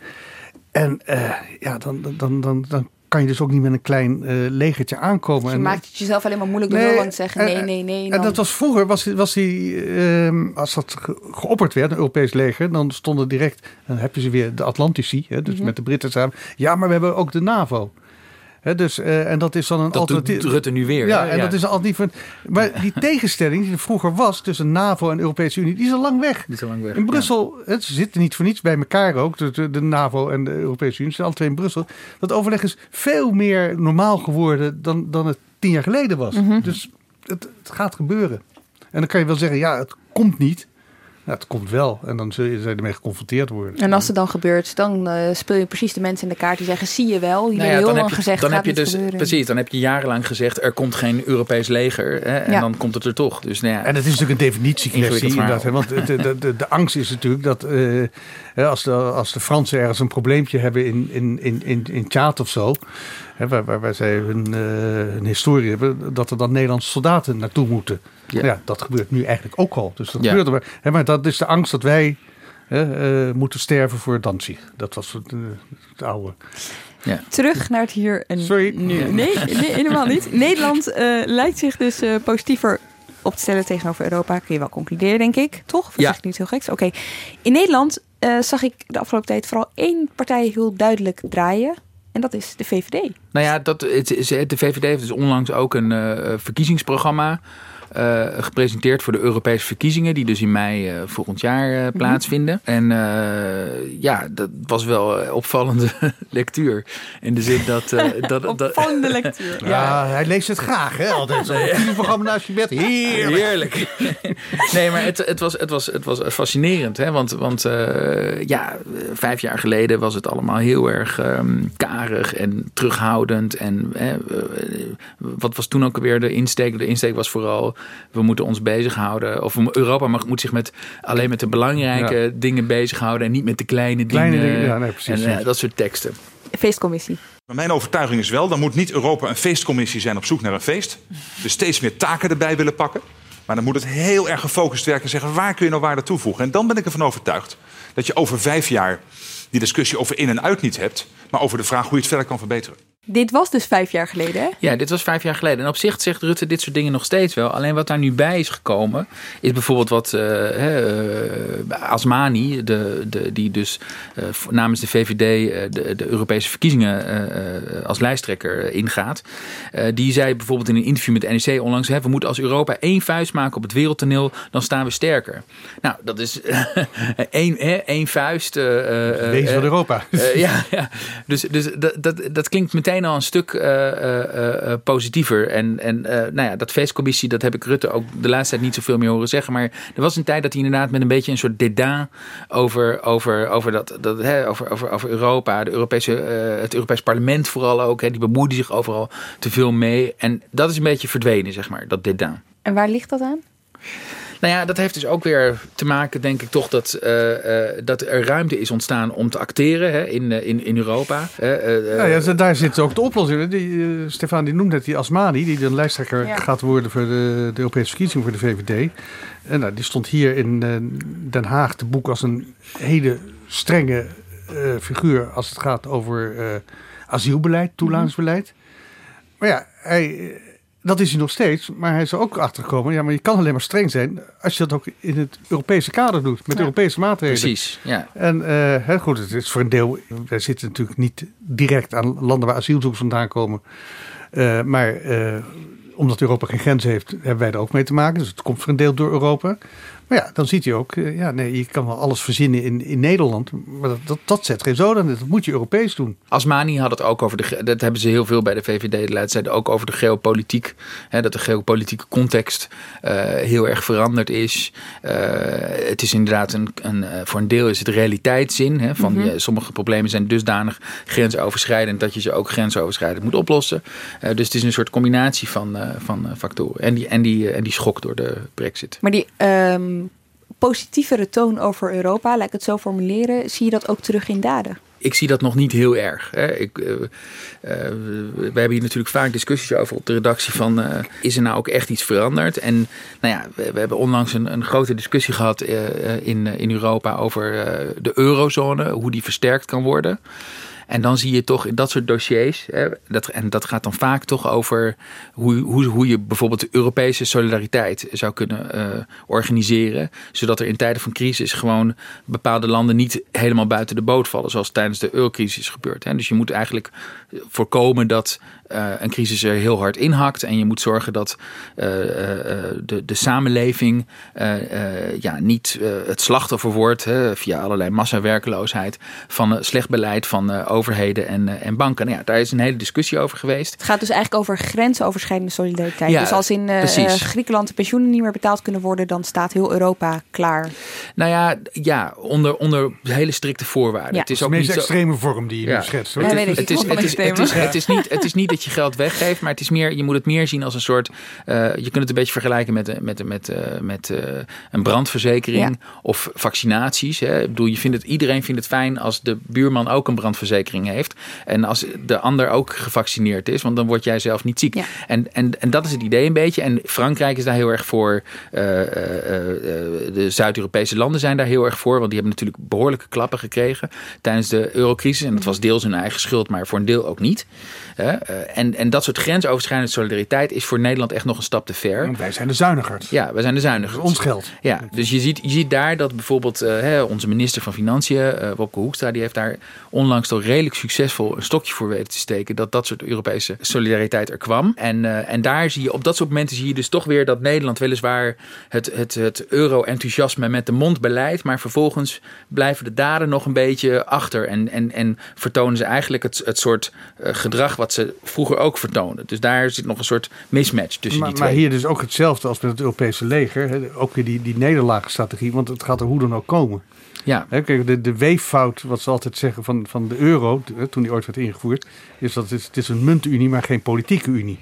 En uh, ja, dan... dan, dan, dan kan je dus ook niet met een klein uh, legertje aankomen. Dus je en, maakt het jezelf alleen maar moeilijk door nee, lang te zeggen nee, nee, nee. Dan... En dat was vroeger, was, was die, uh, als dat ge- geopperd werd, een Europees leger, dan stonden direct, dan heb je ze weer de Atlantici, hè, dus mm-hmm. met de Britten samen. Ja, maar we hebben ook de NAVO. He, dus, uh, en dat is dan een dat alternatief. doet Rutte nu weer. Ja, hè? en ja. dat is altijd van. Maar die tegenstelling die er vroeger was tussen NAVO en de Europese Unie, die is al lang weg. Die is al lang weg. In Brussel, ja. het, ze zitten niet voor niets bij elkaar ook, de, de NAVO en de Europese Unie, ze zijn alle twee in Brussel. Dat overleg is veel meer normaal geworden dan, dan het tien jaar geleden was. Mm-hmm. Dus het, het gaat gebeuren. En dan kan je wel zeggen, ja, het komt niet. Ja, het komt wel. En dan zul je ermee geconfronteerd worden. En als het dan gebeurt, dan uh, speel je precies de mensen in de kaart die zeggen, zie je wel. Die nou ja, hebben heel dan lang heb je, gezegd, dan gaat heb je niet dus gebeuren. Precies, dan heb je jarenlang gezegd, er komt geen Europees leger. Hè, en ja. dan komt het er toch. Dus, nou ja, en dat is natuurlijk een definitiekwestie. Inderdaad, hè, want de, de, de, de angst is natuurlijk dat uh, als, de, als de Fransen ergens een probleempje hebben in, in, in, in, in Tjaat of zo... Hè, waar, waar, waar zij hun, uh, hun historie hebben, dat er dan Nederlandse soldaten naartoe moeten. Ja. Ja, dat gebeurt nu eigenlijk ook al. Dus dat ja. gebeurt er. Hè, maar dat is de angst dat wij hè, uh, moeten sterven voor Danzig. Dat was het, uh, het oude. Ja. Terug naar het hier en Sorry. nu. Nee, nee, helemaal niet. Nederland uh, lijkt zich dus uh, positiever op te stellen tegenover Europa. Kun je wel concluderen, denk ik. Toch? Of ja. zeg ik niet heel geks? Oké. Okay. In Nederland uh, zag ik de afgelopen tijd vooral één partij heel duidelijk draaien. En dat is de V V D. Nou ja, dat, het, de V V D heeft dus onlangs ook een uh, verkiezingsprogramma uh, gepresenteerd voor de Europese verkiezingen, die dus in mei uh, volgend jaar uh, plaatsvinden. En uh, ja, dat was wel uh, opvallende lectuur. In de zin dat... Uh, dat opvallende dat, lectuur. Ja, ja, hij leest het graag, hè? Altijd zo'n televisieprogramma naast je bed. Heerlijk. Heerlijk. Nee, maar het, het, was, het, was, het was fascinerend, hè? Want, want uh, ja, vijf jaar geleden was het allemaal heel erg um, karig en terughoudend. En uh, wat was toen ook weer de insteek? De insteek was vooral, we moeten ons bezighouden. Of Europa mag, moet zich met, alleen met de belangrijke ja. dingen bezighouden en niet met de kleine, kleine dingen. dingen. Ja, nee, precies. En uh, dat soort teksten. Feestcommissie. Mijn overtuiging is wel, dan moet niet Europa een feestcommissie zijn op zoek naar een feest. Dus steeds meer taken erbij willen pakken. Maar dan moet het heel erg gefocust werken en zeggen, waar kun je nou waarde toevoegen? En dan ben ik ervan overtuigd dat je over vijf jaar die discussie over in en uit niet hebt, maar over de vraag hoe je het verder kan verbeteren. Dit was dus vijf jaar geleden, hè? Ja, dit was vijf jaar geleden. En op zich zegt Rutte dit soort dingen nog steeds wel. Alleen wat daar nu bij is gekomen, is bijvoorbeeld wat uh, uh, Asmani, de, de, die dus uh, namens de V V D uh, de, de Europese verkiezingen uh, als lijsttrekker uh, ingaat. Uh, die zei bijvoorbeeld in een interview met de N R C onlangs, hè, we moeten als Europa één vuist maken op het wereldtoneel, dan staan we sterker. Nou, dat is uh, één, hè, één vuist. Uh, uh, Wees van Europa. Uh, ja, ja, dus, dus dat, dat, dat klinkt meteen al een stuk uh, uh, uh, positiever. En, en uh, nou ja, dat feestcommissie, dat heb ik Rutte ook de laatste tijd niet zoveel meer horen zeggen. Maar er was een tijd dat hij inderdaad met een beetje een soort dédain over, over, over, dat, dat, hè, over, over, over Europa, de Europese, uh, het Europees Parlement vooral ook, hè, die bemoeide zich overal te veel mee. En dat is een beetje verdwenen, zeg maar, dat dédain. En waar ligt dat aan? Nou ja, dat heeft dus ook weer te maken, denk ik toch, dat, uh, uh, dat er ruimte is ontstaan om te acteren hè, in, uh, in, in Europa. Uh, uh, ja, ja, daar zit ook de oplossing. Die, uh, Stefan die noemde het, die Asmani, die de lijsttrekker ja. gaat worden voor de, de Europese verkiezing voor de V V D. En nou, die stond hier in uh, Den Haag te boek als een hele strenge uh, figuur als het gaat over uh, asielbeleid, toelatingsbeleid. Mm-hmm. Maar ja, hij... Dat is hij nog steeds, maar hij is er ook achter gekomen. Ja, maar je kan alleen maar streng zijn als je dat ook in het Europese kader doet, met ja. Europese maatregelen. Precies, ja. En uh, heel goed, het is voor een deel, wij zitten natuurlijk niet direct aan landen waar asielzoekers vandaan komen. Uh, maar uh, omdat Europa geen grens heeft, hebben wij er ook mee te maken. Dus het komt voor een deel door Europa. Maar ja, dan ziet hij ook, uh, ja, nee, je kan wel alles verzinnen in, in Nederland. Maar dat, dat, dat zet geen zoden. Dat moet je Europees doen. Asmani had het ook over, de, dat hebben ze heel veel bij de V V D de laatste tijd, ook over de geopolitiek. Hè, dat de geopolitieke context uh, heel erg veranderd is. Uh, het is inderdaad, een, een, voor een deel is het realiteitszin. Hè, van, mm-hmm. ja, sommige problemen zijn dusdanig grensoverschrijdend dat je ze ook grensoverschrijdend moet oplossen. Uh, dus het is een soort combinatie van, uh, van uh, factoren. En die, en, die, uh, en die schok door de Brexit. Maar die... Um... positievere toon over Europa, laat ik het zo formuleren, zie je dat ook terug in daden? Ik zie dat nog niet heel erg. Hè. Ik, uh, uh, we hebben hier natuurlijk vaak discussies over op de redactie van uh, is er nou ook echt iets veranderd? En nou ja, we, we hebben onlangs een, een grote discussie gehad uh, in, in Europa over uh, de eurozone, hoe die versterkt kan worden. En dan zie je toch in dat soort dossiers, hè, dat, en dat gaat dan vaak toch over hoe, hoe, hoe je bijvoorbeeld de Europese solidariteit zou kunnen uh, organiseren. Zodat er in tijden van crisis gewoon bepaalde landen niet helemaal buiten de boot vallen. Zoals tijdens de eurocrisis gebeurt. Hè. Dus je moet eigenlijk voorkomen dat uh, een crisis er heel hard inhakt. En je moet zorgen dat uh, uh, de, de samenleving uh, uh, ja, niet uh, het slachtoffer wordt. Hè, via allerlei massawerkeloosheid van uh, slecht beleid van uh, overheden en, uh, en banken. Nou ja, daar is een hele discussie over geweest. Het gaat dus eigenlijk over grensoverschrijdende solidariteit. Ja, dus als in uh, uh, Griekenland de pensioenen niet meer betaald kunnen worden, dan staat heel Europa klaar. Nou ja, ja onder, onder hele strikte voorwaarden. Ja. Het is de ook meest niet extreme zo... vorm die je ja. nu schetst. Ja, weet ik. Het is, het, is, het, is, het, is niet, het is niet dat je geld weggeeft, maar het is meer, je moet het meer zien als een soort, uh, je kunt het een beetje vergelijken met, met, met, uh, met uh, een brandverzekering ja. of vaccinaties. Hè. Ik bedoel, je vindt het, iedereen vindt het fijn als de buurman ook een brandverzekering heeft. En als de ander ook gevaccineerd is, want dan word jij zelf niet ziek. Ja. En, en, en dat is het idee een beetje. En Frankrijk is daar heel erg voor. Uh, uh, uh, de Zuid-Europese landen zijn daar heel erg voor. Want die hebben natuurlijk behoorlijke klappen gekregen tijdens de eurocrisis. En dat was deels hun eigen schuld, maar voor een deel ook niet. Uh, uh, en, en dat soort grensoverschrijdende solidariteit is voor Nederland echt nog een stap te ver. Want wij zijn de zuinigers. Ja, wij zijn de zuinigers. Dat is ons geld. Ja, dus je ziet, je ziet daar dat bijvoorbeeld uh, hè, onze minister van Financiën, uh, Wopke Hoekstra, die heeft daar onlangs toch redelijk redelijk succesvol een stokje voor weten te steken dat dat soort Europese solidariteit er kwam. En, uh, en daar zie je, op dat soort momenten zie je dus toch weer dat Nederland weliswaar het, het, het euro-enthousiasme met de mond beleidt, maar vervolgens blijven de daden nog een beetje achter en, en, en vertonen ze eigenlijk het, het soort uh, gedrag wat ze vroeger ook vertoonden. Dus daar zit nog een soort mismatch tussen maar, die twee. Maar hier dus ook hetzelfde als met het Europese leger. Hè? Ook weer die, die nederlaagstrategie, want het gaat er hoe dan ook komen. Ja. Hè, kijk, de, de weeffout, wat ze altijd zeggen van, van de euro, toen die ooit werd ingevoerd, is dat het, het is een muntunie, maar geen politieke unie.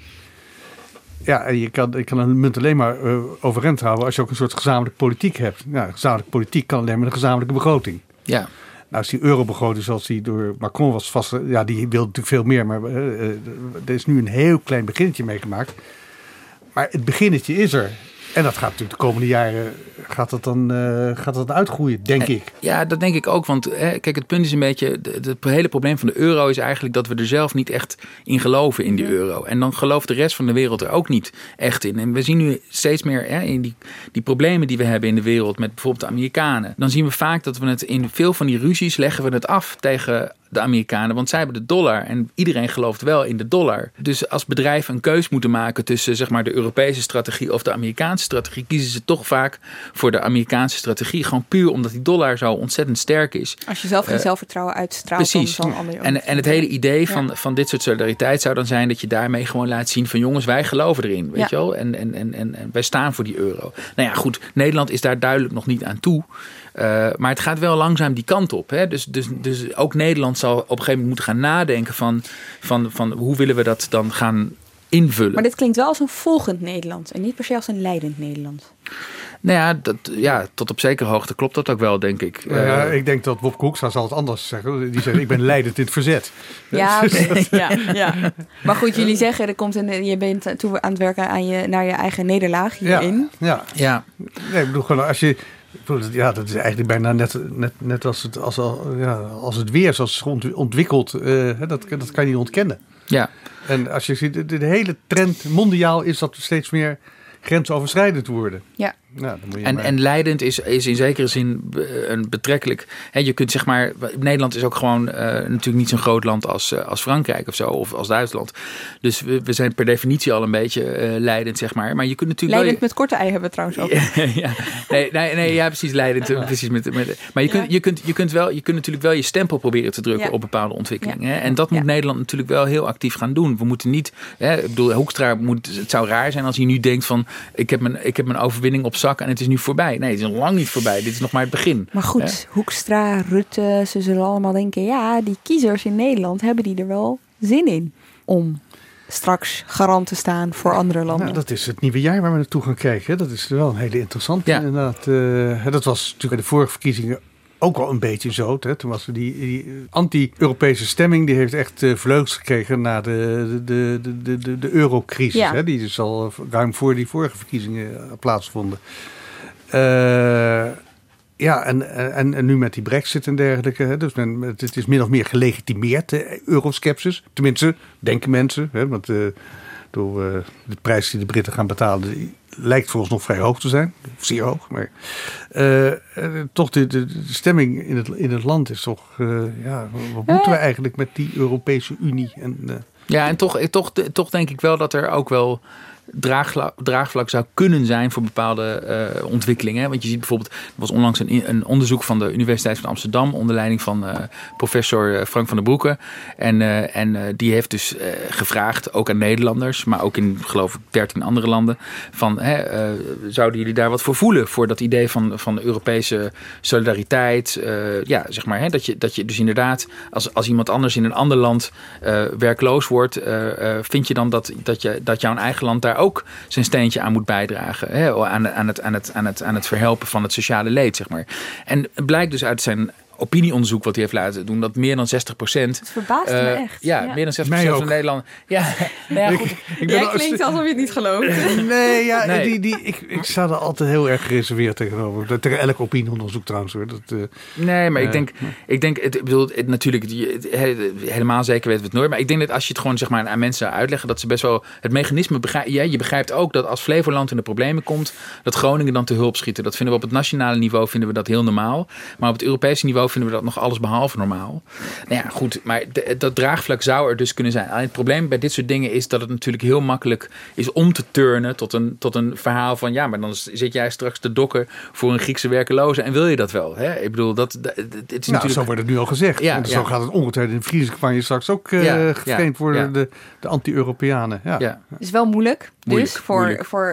Ja, en je kan, je kan een munt alleen maar uh, overeind houden als je ook een soort gezamenlijke politiek hebt. Ja, gezamenlijke politiek kan alleen maar een gezamenlijke begroting. Ja. Nou, als die eurobegroting zoals die door Macron was vast, ja, die wil natuurlijk veel meer, maar uh, uh, er is nu een heel klein beginnetje meegemaakt. Maar het beginnetje is er. En dat gaat natuurlijk de komende jaren gaat dat dan, uh, gaat dat uitgroeien, denk ik. Ja, dat denk ik ook. Want hè, kijk, het punt is een beetje, het hele probleem van de euro is eigenlijk dat we er zelf niet echt in geloven in die euro. En dan gelooft de rest van de wereld er ook niet echt in. En we zien nu steeds meer hè, in die, die problemen die we hebben in de wereld met bijvoorbeeld de Amerikanen. Dan zien we vaak dat we het in veel van die ruzies leggen we het af tegen de Amerikanen, want zij hebben de dollar en iedereen gelooft wel in de dollar. Dus als bedrijven een keus moeten maken tussen zeg maar de Europese strategie of de Amerikaanse strategie, kiezen ze toch vaak voor de Amerikaanse strategie. Gewoon puur omdat die dollar zo ontzettend sterk is. Als je zelf geen uh, zelfvertrouwen uitstraalt, precies. dan zal een ander. En, en het hele idee van, ja. van dit soort solidariteit zou dan zijn dat je daarmee gewoon laat zien van jongens, wij geloven erin, weet ja. je wel? En, en, en, en, en wij staan voor die euro. Nou ja, goed, Nederland is daar duidelijk nog niet aan toe. Uh, maar het gaat wel langzaam die kant op. Hè? Dus, dus, dus ook Nederland zal op een gegeven moment moeten gaan nadenken van, van, van hoe willen we dat dan gaan invullen. Maar dit klinkt wel als een volgend Nederland en niet per se als een leidend Nederland. Nou ja, dat, ja, tot op zekere hoogte klopt dat ook wel, denk ik. Nou ja, uh, ik denk dat Wopke Hoekstra zal het anders zeggen. Die zegt, ik ben leidend in het verzet. Ja, okay. ja, ja. Maar goed, jullie zeggen, er komt een, je bent toe aan het werken aan je, naar je eigen nederlaag hierin. Ja, ja. ja. Nee, ik bedoel gewoon, als je... Ja, dat is eigenlijk bijna net, net, net als, het, als, ja, als het weer zoals het ontwikkelt. Uh, dat, dat kan je niet ontkennen. Ja. En als je ziet, de, de hele trend mondiaal is dat we steeds meer grensoverschrijdend worden. Ja. Nou, dan moet je en, maar... en leidend is, is in zekere zin een betrekkelijk. Hè, je kunt zeg maar. Nederland is ook gewoon uh, natuurlijk niet zo'n groot land als, uh, als Frankrijk of zo, of als Duitsland. Dus we, we zijn per definitie al een beetje uh, leidend, zeg maar. Maar je kunt natuurlijk. Leidend wel, met korte ei hebben we trouwens ook. ja, nee, nee, nee, ja, precies leidend. Ja. Precies met, met, maar je kunt, ja. je, kunt, je, kunt wel, je kunt natuurlijk wel je stempel proberen te drukken ja. op bepaalde ontwikkelingen. Ja. Hè? En dat moet ja. Nederland natuurlijk wel heel actief gaan doen. We moeten niet. Hè, ik bedoel, Hoekstra moet. Het zou raar zijn als hij nu denkt van ik heb mijn, ik heb mijn overwinning op zak en het is nu voorbij. Nee, het is nog lang niet voorbij. Dit is nog maar het begin. Maar goed, ja. Hoekstra, Rutte, ze zullen allemaal denken... ja, die kiezers in Nederland hebben die er wel zin in... om straks garant te staan voor andere landen. Nou, dat is het nieuwe jaar waar we naartoe gaan kijken. Dat is wel een hele interessante. Ja. Inderdaad, uh, dat was natuurlijk bij de vorige verkiezingen... ook al een beetje zo. Hè. Toen was er die, die anti-Europese stemming... die heeft echt uh, vleugels gekregen na de, de, de, de, de, de eurocrisis. Ja. Hè, die dus al ruim voor die vorige verkiezingen uh, plaatsvonden. Uh, ja, en, en, en nu met die brexit en dergelijke. Hè, dus men, het is min of meer gelegitimeerd, de euroskepsis. Tenminste, denken mensen. Hè, want uh, door uh, de prijs die de Britten gaan betalen... Die, lijkt voor ons nog vrij hoog te zijn. Zeer hoog. Maar uh, uh, toch de, de, de stemming in het, in het land is toch... Uh, ja, wat moeten we eigenlijk met die Europese Unie? En, uh, ja, en toch, toch, toch denk ik wel dat er ook wel... Draagvlak, draagvlak zou kunnen zijn voor bepaalde uh, ontwikkelingen. Want je ziet bijvoorbeeld, er was onlangs een, een onderzoek van de Universiteit van Amsterdam onder leiding van uh, professor Frank van der Broeke. En, uh, en uh, die heeft dus uh, gevraagd, ook aan Nederlanders, maar ook in geloof ik dertien andere landen, van hè, uh, zouden jullie daar wat voor voelen? Voor dat idee van, van de Europese solidariteit. Uh, ja, zeg maar, hè, dat, je, dat je dus inderdaad, als, als iemand anders in een ander land uh, werkloos wordt, uh, uh, vind je dan dat, dat, je, dat jouw eigen land daar ook zijn steentje aan moet bijdragen. Hè, aan, aan, het, aan, het, aan, het, aan het verhelpen van het sociale leed, zeg maar. En het blijkt dus uit zijn opinieonderzoek wat hij heeft laten doen, dat meer dan zestig procent... Het verbaast uh, me echt. Ja, ja, meer dan zestig procent van Nederland... Ja, nou ja, goed. Ik, ik Jij klinkt alsof je het niet gelooft. Nee, ja, nee. Die, die, ik, ik sta er altijd heel erg gereserveerd tegenover. Tegen elk opinieonderzoek trouwens. Hoor. Dat, uh, nee, maar uh, ik denk... Uh, ik denk het, ik bedoel, het, natuurlijk, het, helemaal zeker weten we het nooit. Maar ik denk dat als je het gewoon zeg maar, aan mensen zou uitleggen, dat ze best wel het mechanisme begrijpen. Ja, je begrijpt ook dat als Flevoland in de problemen komt, dat Groningen dan te hulp schieten. Dat vinden we op het nationale niveau vinden we dat heel normaal. Maar op het Europese niveau vinden we dat nog alles behalve normaal. Nou ja, goed, maar de, dat draagvlak zou er dus kunnen zijn. Alleen het probleem bij dit soort dingen is dat het natuurlijk heel makkelijk is om te turnen tot een, tot een verhaal van ja, maar dan zit jij straks te dokken voor een Griekse werkeloze en wil je dat wel? Hè? Ik bedoel, dat, dat het is nou, natuurlijk... zo wordt het nu al gezegd. Ja, en zo ja. gaat het ongetwijfeld in de verkiezingscampagne straks ook uh, ja, geframed ja, worden, ja. de, de anti-Europeanen. Ja. Ja. Het is wel moeilijk, Moeilijk, dus voor, moeilijk. voor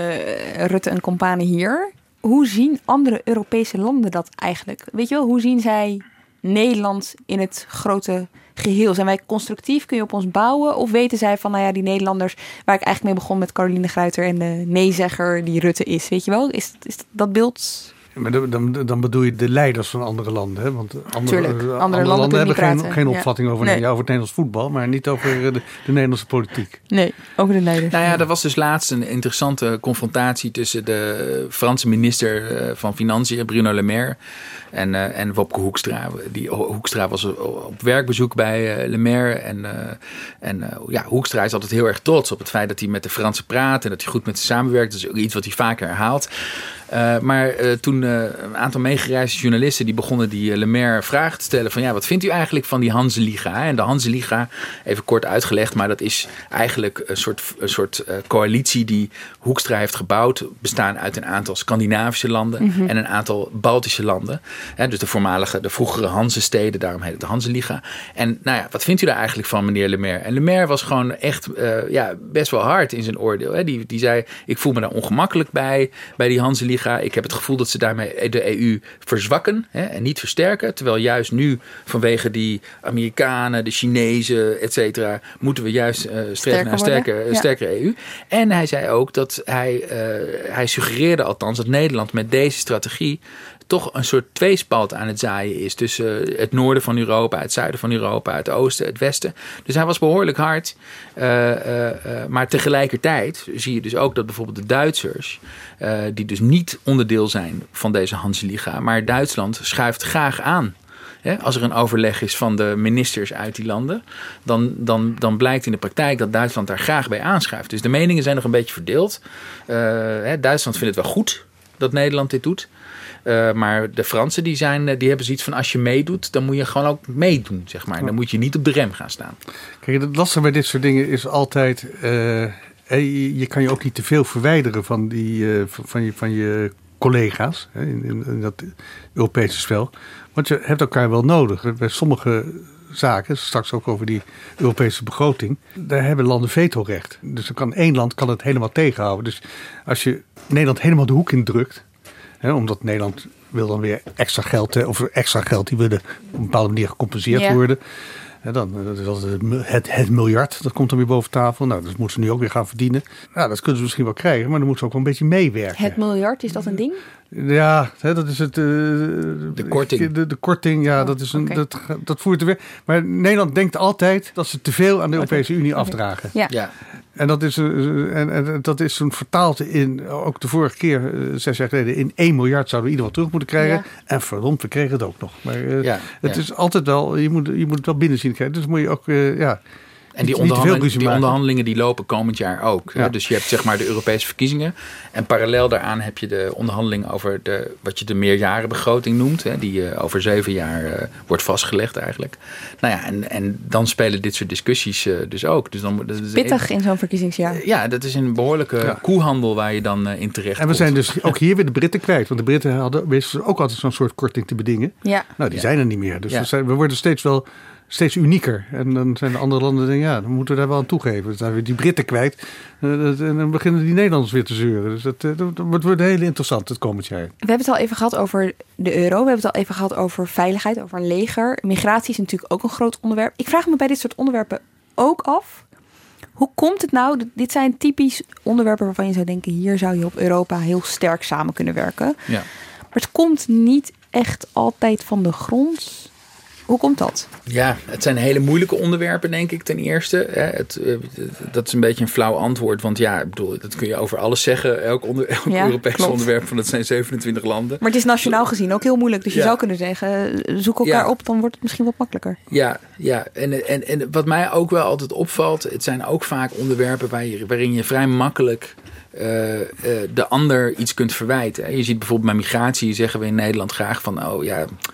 uh, Rutte en compagnie hier. Hoe zien andere Europese landen dat eigenlijk? Weet je wel, hoe zien zij Nederland in het grote geheel? Zijn wij constructief? Kun je op ons bouwen? Of weten zij van, nou ja, die Nederlanders, waar ik eigenlijk mee begon met Caroline Gruyter en de neezegger die Rutte is, weet je wel? Is, is dat beeld... Maar dan, dan, dan bedoel je de leiders van andere landen. Hè? Want andere, Tuurlijk, andere, andere landen, landen hebben geen, praten. geen Ja. opvatting over, Nee. ja, over het Nederlands voetbal, maar niet over de, de Nederlandse politiek. Nee, over de leiders. Nou ja, er was dus laatst een interessante confrontatie tussen de Franse minister van Financiën, Bruno Le Maire, en, uh, en Wopke Hoekstra. Die, Hoekstra was op werkbezoek bij uh, Le Maire. En, uh, en uh, ja, Hoekstra is altijd heel erg trots op het feit dat hij met de Fransen praat en dat hij goed met ze samenwerkt. Dat is ook iets wat hij vaker herhaalt. Uh, maar uh, toen uh, een aantal meegereisde journalisten die begonnen die uh, Le Maire vragen te stellen van ja, wat vindt u eigenlijk van die Hanse-Liga? Hè? En de Hanse-Liga, even kort uitgelegd, maar dat is eigenlijk een soort, een soort uh, coalitie die Hoekstra heeft gebouwd, bestaan uit een aantal Scandinavische landen mm-hmm. en een aantal Baltische landen. Hè? Dus de voormalige, de vroegere Hanse-steden, daarom heet het de Hanse-Liga. En nou ja, wat vindt u daar eigenlijk van, meneer Le Maire? En Le Maire was gewoon echt uh, ja, best wel hard in zijn oordeel. Hè? Die, die zei, ik voel me daar ongemakkelijk bij, bij die Hanse-Liga. Ik heb het gevoel dat ze daarmee de E U verzwakken hè, en niet versterken. Terwijl juist nu vanwege die Amerikanen, de Chinezen, et cetera, moeten we juist uh, streven naar een sterke, ja. sterkere E U. En hij zei ook dat hij, uh, hij suggereerde althans dat Nederland met deze strategie toch een soort tweespalt aan het zaaien is tussen het noorden van Europa, het zuiden van Europa, het oosten, het westen. Dus hij was behoorlijk hard. Uh, uh, uh, maar tegelijkertijd zie je dus ook dat bijvoorbeeld de Duitsers, uh, die dus niet onderdeel zijn van deze Hanse-Liga, maar Duitsland schuift graag aan. He, als er een overleg is van de ministers uit die landen, dan, dan, dan blijkt in de praktijk dat Duitsland daar graag bij aanschuift. Dus de meningen zijn nog een beetje verdeeld. Uh, he, Duitsland vindt het wel goed dat Nederland dit doet. Uh, maar de Fransen die zijn, die hebben zoiets van als je meedoet, dan moet je gewoon ook meedoen, zeg maar. Dan moet je niet op de rem gaan staan. Kijk, het lastige bij dit soort dingen is altijd, uh, je, je kan je ook niet te veel verwijderen van, die, uh, van, je, van je collega's hè, in, in, in dat Europese spel. Want je hebt elkaar wel nodig. Bij sommige zaken, straks ook over die Europese begroting, daar hebben landen vetorecht. Dus dan kan één land kan het helemaal tegenhouden. Dus als je Nederland helemaal de hoek indrukt, hè, omdat Nederland wil dan weer extra geld, of extra geld, die willen op een bepaalde manier gecompenseerd ja. worden. Ja, dan, dat is altijd het, het miljard, dat komt dan weer boven tafel. Nou, dat moeten ze nu ook weer gaan verdienen. Nou, dat kunnen ze misschien wel krijgen, maar dan moeten ze ook wel een beetje meewerken. Het miljard, is dat een ding? Ja, hè, dat is het. Uh, de korting. De, de korting, ja, oh, dat, is een, okay. dat, dat voert er weer. Maar Nederland denkt altijd dat ze te veel aan de Europese okay. Unie okay. afdragen. Ja. ja. En dat is, uh, en, en dat is zo'n vertaald in, ook de vorige keer, uh, zes jaar geleden, in één miljard zouden we ieder wat terug moeten krijgen. Ja. En verdomd, we kregen het ook nog. Maar uh, ja, het ja. is altijd wel, je moet, je moet het wel binnen zien krijgen. Dus moet je ook, uh, ja. En die, onderhandel, die onderhandelingen die lopen komend jaar ook. Ja. Dus je hebt zeg maar de Europese verkiezingen. En parallel daaraan heb je de onderhandelingen over de, wat je de meerjarenbegroting noemt. Hè, die uh, over zeven jaar uh, wordt vastgelegd eigenlijk. Nou ja, en, en dan spelen dit soort discussies uh, dus ook. Dus dan, dat is pittig een, in zo'n verkiezingsjaar. Uh, ja, dat is een behoorlijke ja. koehandel waar je dan uh, in terecht En we zijn dus ook hier weer de Britten kwijt. Want de Britten hadden wisten ook altijd zo'n soort korting te bedingen. Ja. Nou, die ja. zijn er niet meer. Dus ja. we, zijn, we worden steeds wel... steeds unieker. En dan zijn de andere landen denken, ja, dan moeten we daar wel aan toegeven. Dan zijn we die Britten kwijt. En dan beginnen die Nederlanders weer te zeuren. Dus dat, dat wordt heel interessant het komend jaar. We hebben het al even gehad over de euro. We hebben het al even gehad over veiligheid, over een leger. Migratie is natuurlijk ook een groot onderwerp. Ik vraag me bij dit soort onderwerpen ook af. Hoe komt het nou? Dit zijn typisch onderwerpen waarvan je zou denken, hier zou je op Europa heel sterk samen kunnen werken. Ja. Maar het komt niet echt altijd van de grond. Hoe komt dat? Ja, het zijn hele moeilijke onderwerpen, denk ik, ten eerste. Het, dat is een beetje een flauw antwoord. Want ja, ik bedoel, dat kun je over alles zeggen. Elk, onder, elk ja, Europees klopt. onderwerp, van dat zijn zevenentwintig landen. Maar het is nationaal gezien ook heel moeilijk. Dus je ja. zou kunnen zeggen, zoek elkaar ja. op, dan wordt het misschien wat makkelijker. Ja, ja. En, en, en wat mij ook wel altijd opvalt, het zijn ook vaak onderwerpen waar je, waarin je vrij makkelijk Uh, uh, de ander iets kunt verwijten. Je ziet bijvoorbeeld bij migratie, zeggen we in Nederland graag van, oh ja,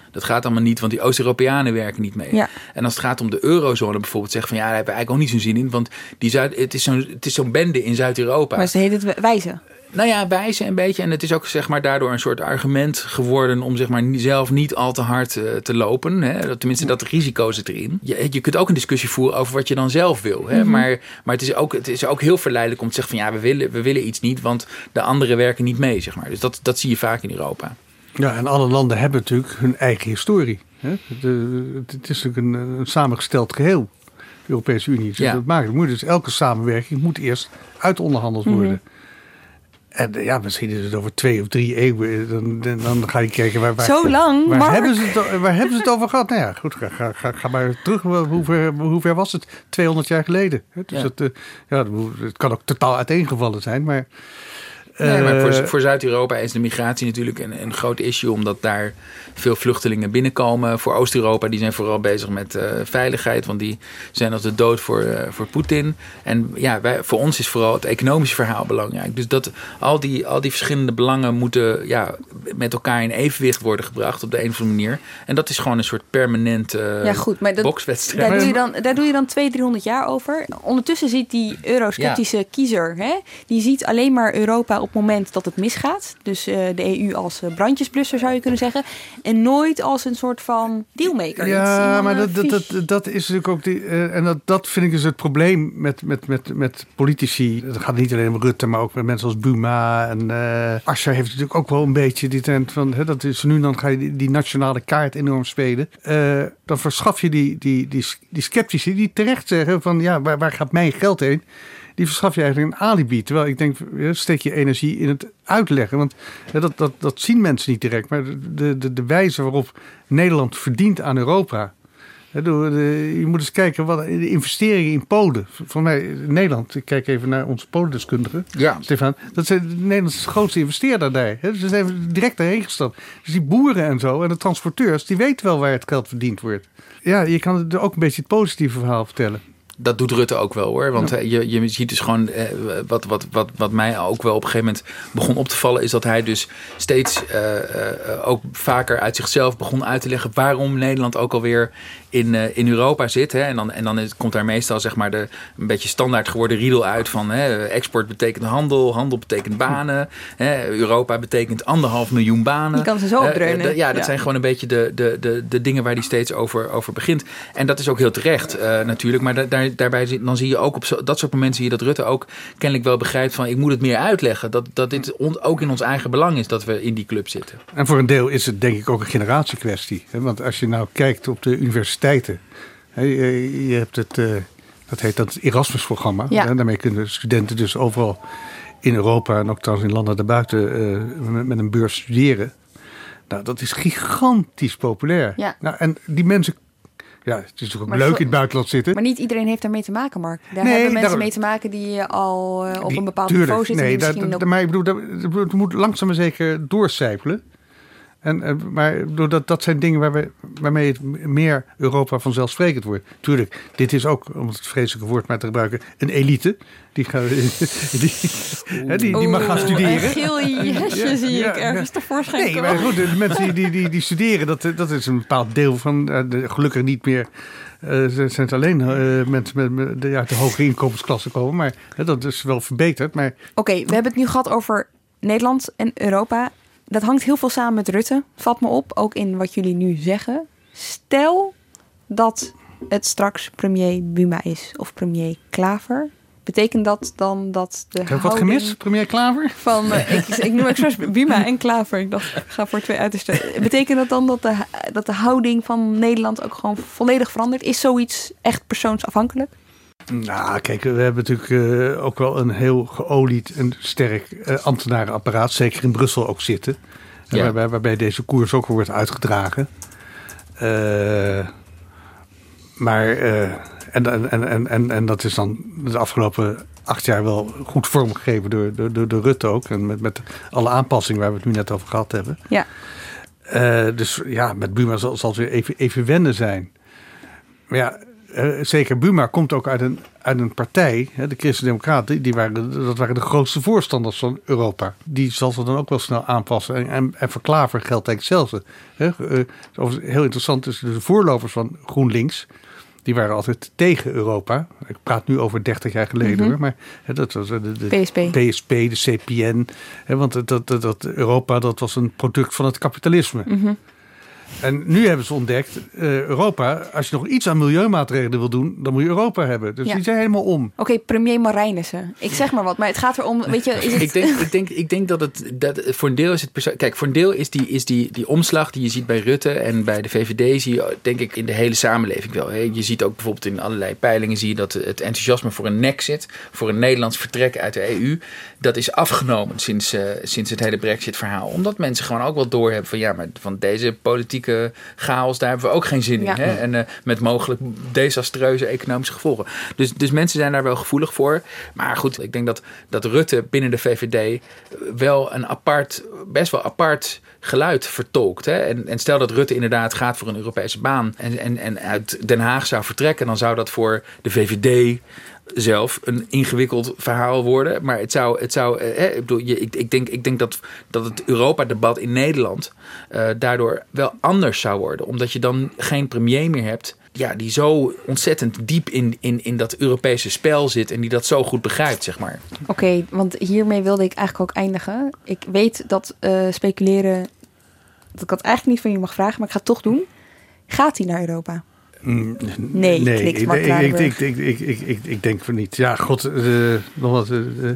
Dat gaat allemaal niet, want die Oost-Europeanen werken niet mee. Ja. En als het gaat om de eurozone bijvoorbeeld, zeggen van ja, daar hebben we eigenlijk ook niet zo'n zin in. Want die Zuid, het is zo'n, het is zo'n bende in Zuid-Europa. Maar ze heet het wijzen. Nou ja, wijzen een beetje. En het is ook zeg maar daardoor een soort argument geworden om zeg maar zelf niet al te hard uh, te lopen. Hè? Tenminste, dat risico zit erin. Je, je kunt ook een discussie voeren over wat je dan zelf wil. Hè? Mm-hmm. Maar, maar het, is ook, het is ook heel verleidelijk om te zeggen van ja, we willen, we willen iets niet, want de anderen werken niet mee, zeg maar. Dus dat, dat zie je vaak in Europa. Ja, en alle landen hebben natuurlijk hun eigen historie. Hè? De, het is natuurlijk een, een samengesteld geheel, de Europese Unie. Dus ja. dat maakt het moeilijk. Dus elke samenwerking moet eerst uitonderhandeld worden. Mm-hmm. En ja, misschien is het over twee of drie eeuwen. Dan, dan, dan ga je kijken waar, waar, Zo lang, waar, Mark. hebben ze het, waar hebben ze het over gehad? Nou ja, goed, ga, ga, ga, ga maar terug. Hoe ver, hoe ver was het? tweehonderd jaar geleden. Dus ja. Het, uh, ja, het kan ook totaal uiteengevallen zijn, maar... Nee, maar voor, voor Zuid-Europa is de migratie natuurlijk een, een groot issue, omdat daar veel vluchtelingen binnenkomen. Voor Oost-Europa, die zijn vooral bezig met uh, veiligheid, want die zijn als de dood voor, uh, voor Poetin. En ja, wij, voor ons is vooral het economische verhaal belangrijk. Dus dat al die, al die verschillende belangen moeten ja, met elkaar in evenwicht worden gebracht op de een of andere manier. En dat is gewoon een soort permanent uh, ja, goed, maar dat, bokswedstrijd. Daar doe, je dan, daar doe je dan tweehonderd, driehonderd jaar over. Ondertussen ziet die eurosceptische ja. kiezer, hè, die ziet alleen maar Europa op het moment dat het misgaat. Dus uh, de E U als uh, brandjesblusser zou je kunnen zeggen. En nooit als een soort van dealmaker. Ja, iets, maar dat, dat, dat, dat is natuurlijk ook... Die, uh, en dat, dat vind ik dus het probleem met, met, met, met politici. Het gaat niet alleen om Rutte, maar ook met mensen als Buma. En uh, Asscher heeft natuurlijk ook wel een beetje die trend van... Hè, dat is nu dan ga je die, die nationale kaart enorm spelen. Uh, dan verschaf je die, die, die, die sceptici die terecht zeggen van... ja, waar, waar gaat mijn geld heen? Die verschaf je eigenlijk een alibi. Terwijl ik denk, steek je energie in het uitleggen. Want dat, dat, dat zien mensen niet direct. Maar de, de, de wijze waarop Nederland verdient aan Europa. Je moet eens kijken, wat de investeringen in Polen. Voor mij, Nederland, ik kijk even naar onze Polendeskundige. Ja. Stefan, dat zijn de Nederlandse grootste investeerder daar. Ze zijn direct daarheen gestapt. Dus die boeren en zo en de transporteurs, die weten wel waar het geld verdiend wordt. Ja, je kan er ook een beetje het positieve verhaal vertellen. Dat doet Rutte ook wel hoor. Want ja. je, je ziet dus gewoon... Eh, wat, wat, wat, wat mij ook wel op een gegeven moment begon op te vallen... is dat hij dus steeds uh, uh, ook vaker uit zichzelf begon uit te leggen... waarom Nederland ook alweer in, uh, in Europa zit. Hè? En dan, en dan is, komt daar meestal zeg maar de een beetje standaard geworden riedel uit... van hè, export betekent handel, handel betekent banen. Hè? Europa betekent anderhalf miljoen banen. Je kan ze zo opdreunen. Uh, uh, ja, dat ja. zijn gewoon een beetje de, de, de, de dingen waar hij steeds over, over begint. En dat is ook heel terecht uh, natuurlijk. Maar da- daar daarbij dan zie je ook op zo, dat soort momenten zie je dat Rutte ook kennelijk wel begrijpt van ik moet het meer uitleggen. Dat, dat dit on, ook in ons eigen belang is dat we in die club zitten. En voor een deel is het denk ik ook een generatiekwestie. Hè? Want als je nou kijkt op de universiteiten. Hè, je hebt het, uh, dat heet dat Erasmus-programma. Ja. Hè? Daarmee kunnen studenten dus overal in Europa en ook trouwens in landen daarbuiten uh, met, met een beurs studeren. Nou, dat is gigantisch populair. Ja. Nou, en die mensen... Ja, het is natuurlijk ook maar leuk voor, in het buitenland zitten. Maar niet iedereen heeft daarmee te maken, Mark. Daar nee, hebben mensen daar, mee te maken die al uh, op die, een bepaald tuurlijk, niveau zitten. Nee, die dat, dat, dat, maar ik bedoel, dat, dat moet langzaam maar zeker doorcijpelen. En, uh, maar dat, dat zijn dingen waar we, waarmee het meer Europa vanzelfsprekend wordt. Tuurlijk, dit is ook, om het vreselijke woord maar te gebruiken, een elite. Die, gaan, die, die, die, die mag gaan studeren. Een geel jesje ja, zie ja, ik ergens ja. tevoorschijn nee, komen. Maar goed, de mensen die, die, die, die studeren, dat, dat is een bepaald deel van, uh, de, gelukkig niet meer... Uh, zijn het alleen uh, mensen met, met de, ja, de hoge inkomensklasse komen. Maar uh, dat is wel verbeterd. Maar... Oké, okay, we hebben het nu gehad over Nederland en Europa. Dat hangt heel veel samen met Rutte. Valt me op, ook in wat jullie nu zeggen. Stel dat het straks premier Buma is of premier Klaver. Betekent dat dan dat de Ik heb wat gemist, premier Klaver? Van, uh, ik, ik noem expres Buma en Klaver. Ik dacht, ik ga voor twee uitersten. Betekent dat dan dat de, dat de houding van Nederland ook gewoon volledig verandert? Is zoiets echt persoonsafhankelijk? Nou, kijk, we hebben natuurlijk uh, ook wel een heel geolied en sterk uh, ambtenarenapparaat. Zeker in Brussel ook zitten. Ja. Waarbij, waarbij deze koers ook wordt uitgedragen. Uh, maar... Uh, En, en, en, en, en dat is dan de afgelopen acht jaar wel goed vormgegeven door, door, door, door Rutte ook. En met, met alle aanpassingen waar we het nu net over gehad hebben. Ja. Uh, dus ja, met Buma zal, zal het weer even, even wennen zijn. Maar ja, uh, zeker Buma komt ook uit een, uit een partij, hè, de Christen-Democraten, die waren, dat waren de grootste voorstanders van Europa. Die zal ze dan ook wel snel aanpassen. En, en, en voor Klaver geldt eigenlijk hetzelfde. Hè. Uh, heel interessant is, de voorlopers van GroenLinks, die waren altijd tegen Europa. Ik praat nu over dertig jaar geleden mm-hmm. hoor. Maar hè, dat was de, de P S P. P S P, de C P N. Hè, want dat, dat, dat Europa, dat was een product van het kapitalisme. Mm-hmm. En nu hebben ze ontdekt, uh, Europa, als je nog iets aan milieumaatregelen wil doen, dan moet je Europa hebben. Dus ja. die zijn helemaal om. Oké, okay, premier Marijnissen. Ik zeg maar wat, maar het gaat erom, weet je... Is het... ik, denk, ik, denk, ik denk dat het, dat voor een deel is het... Perso- Kijk, voor een deel is, die, is die, die omslag die je ziet bij Rutte en bij de V V D, zie je denk ik in de hele samenleving wel. Hè? Je ziet ook bijvoorbeeld in allerlei peilingen, zie je dat het enthousiasme voor een nexit, voor een Nederlands vertrek uit de E U, dat is afgenomen sinds, uh, sinds het hele Brexit-verhaal. Omdat mensen gewoon ook wel doorhebben van ja, maar van deze politieke chaos, daar hebben we ook geen zin in. Ja. Hè? En uh, met mogelijk desastreuze economische gevolgen. Dus, dus mensen zijn daar wel gevoelig voor. Maar goed, ik denk dat, dat Rutte binnen de V V D wel een apart, best wel apart geluid vertolkt. Hè? En, en stel dat Rutte inderdaad gaat voor een Europese baan en, en, en uit Den Haag zou vertrekken, dan zou dat voor de V V D zelf een ingewikkeld verhaal worden. Maar het zou... Het zou eh, ik, bedoel, je, ik, ik, denk, ik denk dat, dat het Europa-debat in Nederland uh, daardoor wel anders zou worden. Omdat je dan geen premier meer hebt ja, die zo ontzettend diep in, in, in dat Europese spel zit en die dat zo goed begrijpt, zeg maar. Oké, okay, want hiermee wilde ik eigenlijk ook eindigen. Ik weet dat uh, speculeren, dat ik dat eigenlijk niet van jullie mag vragen, maar ik ga het toch doen. Gaat hij naar Europa? Mm, nee, nee knikt Mark ik, ik, ik, ik, ik, ik, ik, ik denk van niet. Ja, god, uh, nog wat. Uh, uh,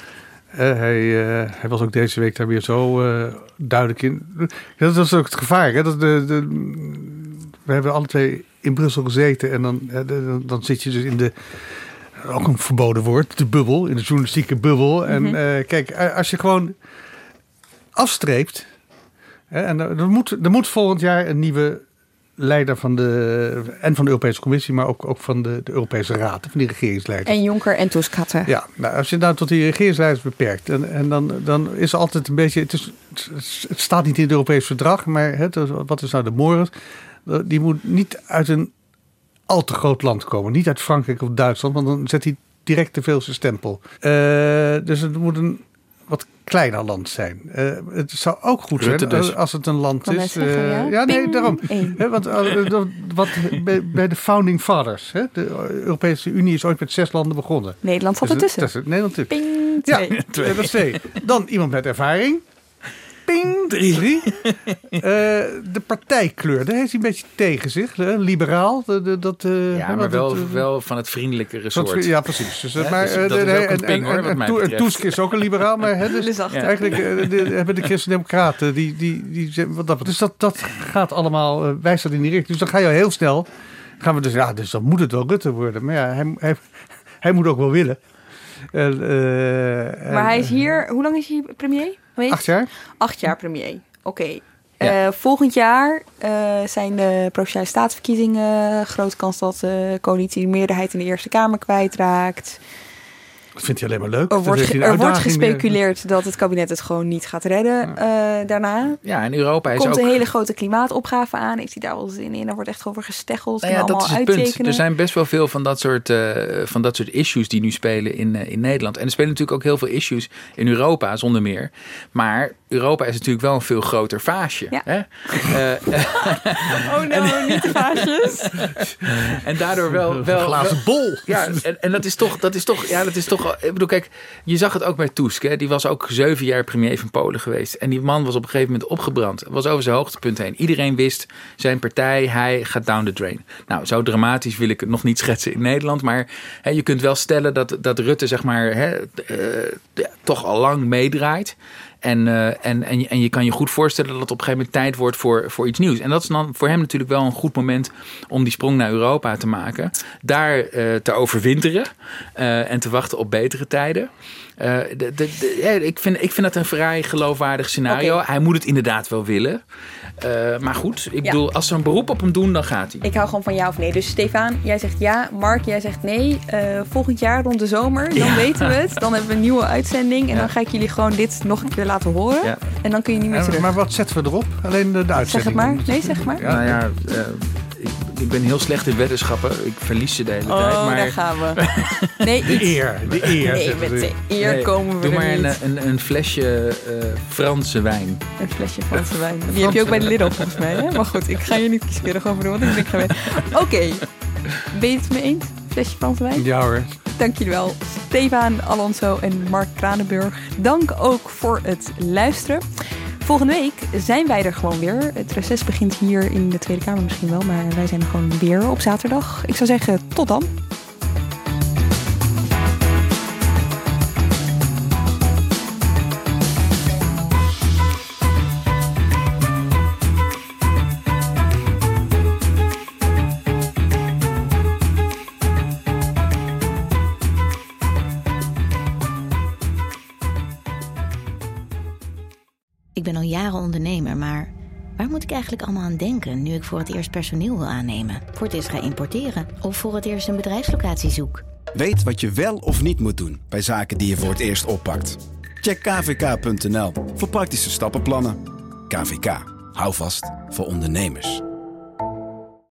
hij, uh, hij was ook deze week daar weer zo uh, duidelijk in. Dat, dat is ook het gevaar. Hè? Dat de, de, we hebben alle twee in Brussel gezeten en dan, uh, de, dan zit je dus in de, ook een verboden woord, de bubbel, in de journalistieke bubbel. Mm-hmm. En uh, kijk, als je gewoon afstreept, hè, en er moet, er moet volgend jaar een nieuwe leider van de en van de Europese Commissie, maar ook, ook van de, de Europese Raad, van die regeringsleiders. En Juncker en Tusk hadden. Ja, nou, als je nou tot die regeringsleiders beperkt, en, en dan, dan is er altijd een beetje, het, is, het staat niet in het Europees verdrag, maar het, wat is nou de mores? Die moet niet uit een al te groot land komen, niet uit Frankrijk of Duitsland, want dan zet hij direct te veel zijn stempel. Uh, dus het moet een wat kleiner land zijn. Uh, het zou ook goed zijn dus. als het een land kan is. Zeggen, uh, ja? ja, nee, Ping. daarom. He, want uh, wat bij, bij de Founding Fathers, hè, de Europese Unie is ooit met zes landen begonnen. Nederland zat dus ertussen. Dat is, Nederland Ping, twee. Ja, twee. dat is twee. Dan iemand met ervaring. Ping, drie. drie. Uh, de partijkleur, daar heeft hij een beetje tegen zich. Hè? Liberaal. De, de, dat, uh, ja, maar wel, het, wel van het vriendelijke resort. Ja, precies. Dus, ja, maar, dus dat uh, is ook een ping, hoor, wat mij betreft. Tusk is ook een liberaal, maar hè, dus ja. eigenlijk uh, de, hebben de Christen-Democraten, die, die, die, wat dat, dus dat, dat gaat allemaal, uh, wijst dat in die richting. Dus dan ga je heel snel, gaan we dus, ja, dus dan moet het wel Rutte worden. Maar ja, hij, hij, hij moet ook wel willen. Uh, uh, maar hij is hier, hoe lang is hij premier? Weet? Acht jaar. Acht jaar premier. Oké. Okay. Ja. Uh, volgend jaar uh, zijn de Provinciale Staatsverkiezingen. Grote kans dat de coalitie de meerderheid in de Eerste Kamer kwijtraakt. Dat vindt hij alleen maar leuk. Er wordt, ge- er wordt gespeculeerd meer. dat het kabinet het gewoon niet gaat redden ja. uh, daarna. Ja, en Europa is komt ook... een hele grote klimaatopgave aan. Ik zie daar wel zin in. Daar wordt echt over gesteggeld. Nou ja, dat is het punt. Er zijn best wel veel van dat soort, uh, van dat soort issues die nu spelen in, uh, in Nederland. En er spelen natuurlijk ook heel veel issues in Europa, zonder meer. Maar Europa is natuurlijk wel een veel groter vaasje. Ja. Hè? Uh, oh no, en, niet de vaasjes. En daardoor wel... wel een glazen bol. Ja, en, en dat is toch... Dat is toch, ja, dat is toch ik bedoel, kijk, je zag het ook bij Tusk. Hè? Die was ook zeven jaar premier van Polen geweest. En die man was op een gegeven moment opgebrand. Het was over zijn hoogtepunt heen. Iedereen wist, zijn partij, hij gaat down the drain. Nou, zo dramatisch wil ik het nog niet schetsen in Nederland. Maar hè, je kunt wel stellen dat, dat Rutte, zeg maar, hè, uh, ja, toch al lang meedraait. En, uh, en, en, en je kan je goed voorstellen dat het op een gegeven moment tijd wordt voor, voor iets nieuws. En dat is dan voor hem natuurlijk wel een goed moment om die sprong naar Europa te maken. Daar uh, te overwinteren uh, en te wachten op betere tijden. Uh, de, de, de, ja, ik, vind, ik vind dat een vrij geloofwaardig scenario. Okay. Hij moet het inderdaad wel willen. Uh, maar goed, ik ja. bedoel, als ze een beroep op hem doen, dan gaat hij. Ik hou gewoon van ja of nee. Dus Stefan, jij zegt ja. Mark, jij zegt nee. Uh, volgend jaar rond de zomer, dan ja. weten we het. Dan hebben we een nieuwe uitzending. En ja. dan ga ik jullie gewoon dit nog een keer laten horen. Ja. En dan kun je niet meer terug. Maar wat zetten we erop? Alleen de, de uitzending. Zeg het maar. Nee, zeg maar. Ja, nou ja, uh, ik, ik ben heel slecht in weddenschappen. Ik verlies ze de hele Oh, tijd. Maar daar gaan we. Nee, De iets- eer, de eer. Nee, zeggen met we. de eer Nee, komen we doe er maar niet. een, een, een flesje uh, Franse wijn. Een flesje Franse wijn. Die heb je ook bij de Lidl volgens mij. Hè? Maar goed, ik ga hier niet kieskeurig over doen, want ik denk geen weten. Oké, okay. Ben je het mee eens? Flesje Franse wijn? Ja hoor. Dank jullie wel. Stefan Alonso en Mark Kranenburg. Dank ook voor het luisteren. Volgende week zijn wij er gewoon weer. Het reces begint hier in de Tweede Kamer misschien wel, maar wij zijn er gewoon weer op zaterdag. Ik zou zeggen, tot dan. Ik ben al jaren ondernemer, maar waar moet ik eigenlijk allemaal aan denken nu ik voor het eerst personeel wil aannemen, voor het eerst ga importeren of voor het eerst een bedrijfslocatie zoek? Weet wat je wel of niet moet doen bij zaken die je voor het eerst oppakt. Check k v k punt n l voor praktische stappenplannen. K V K, hou vast voor ondernemers.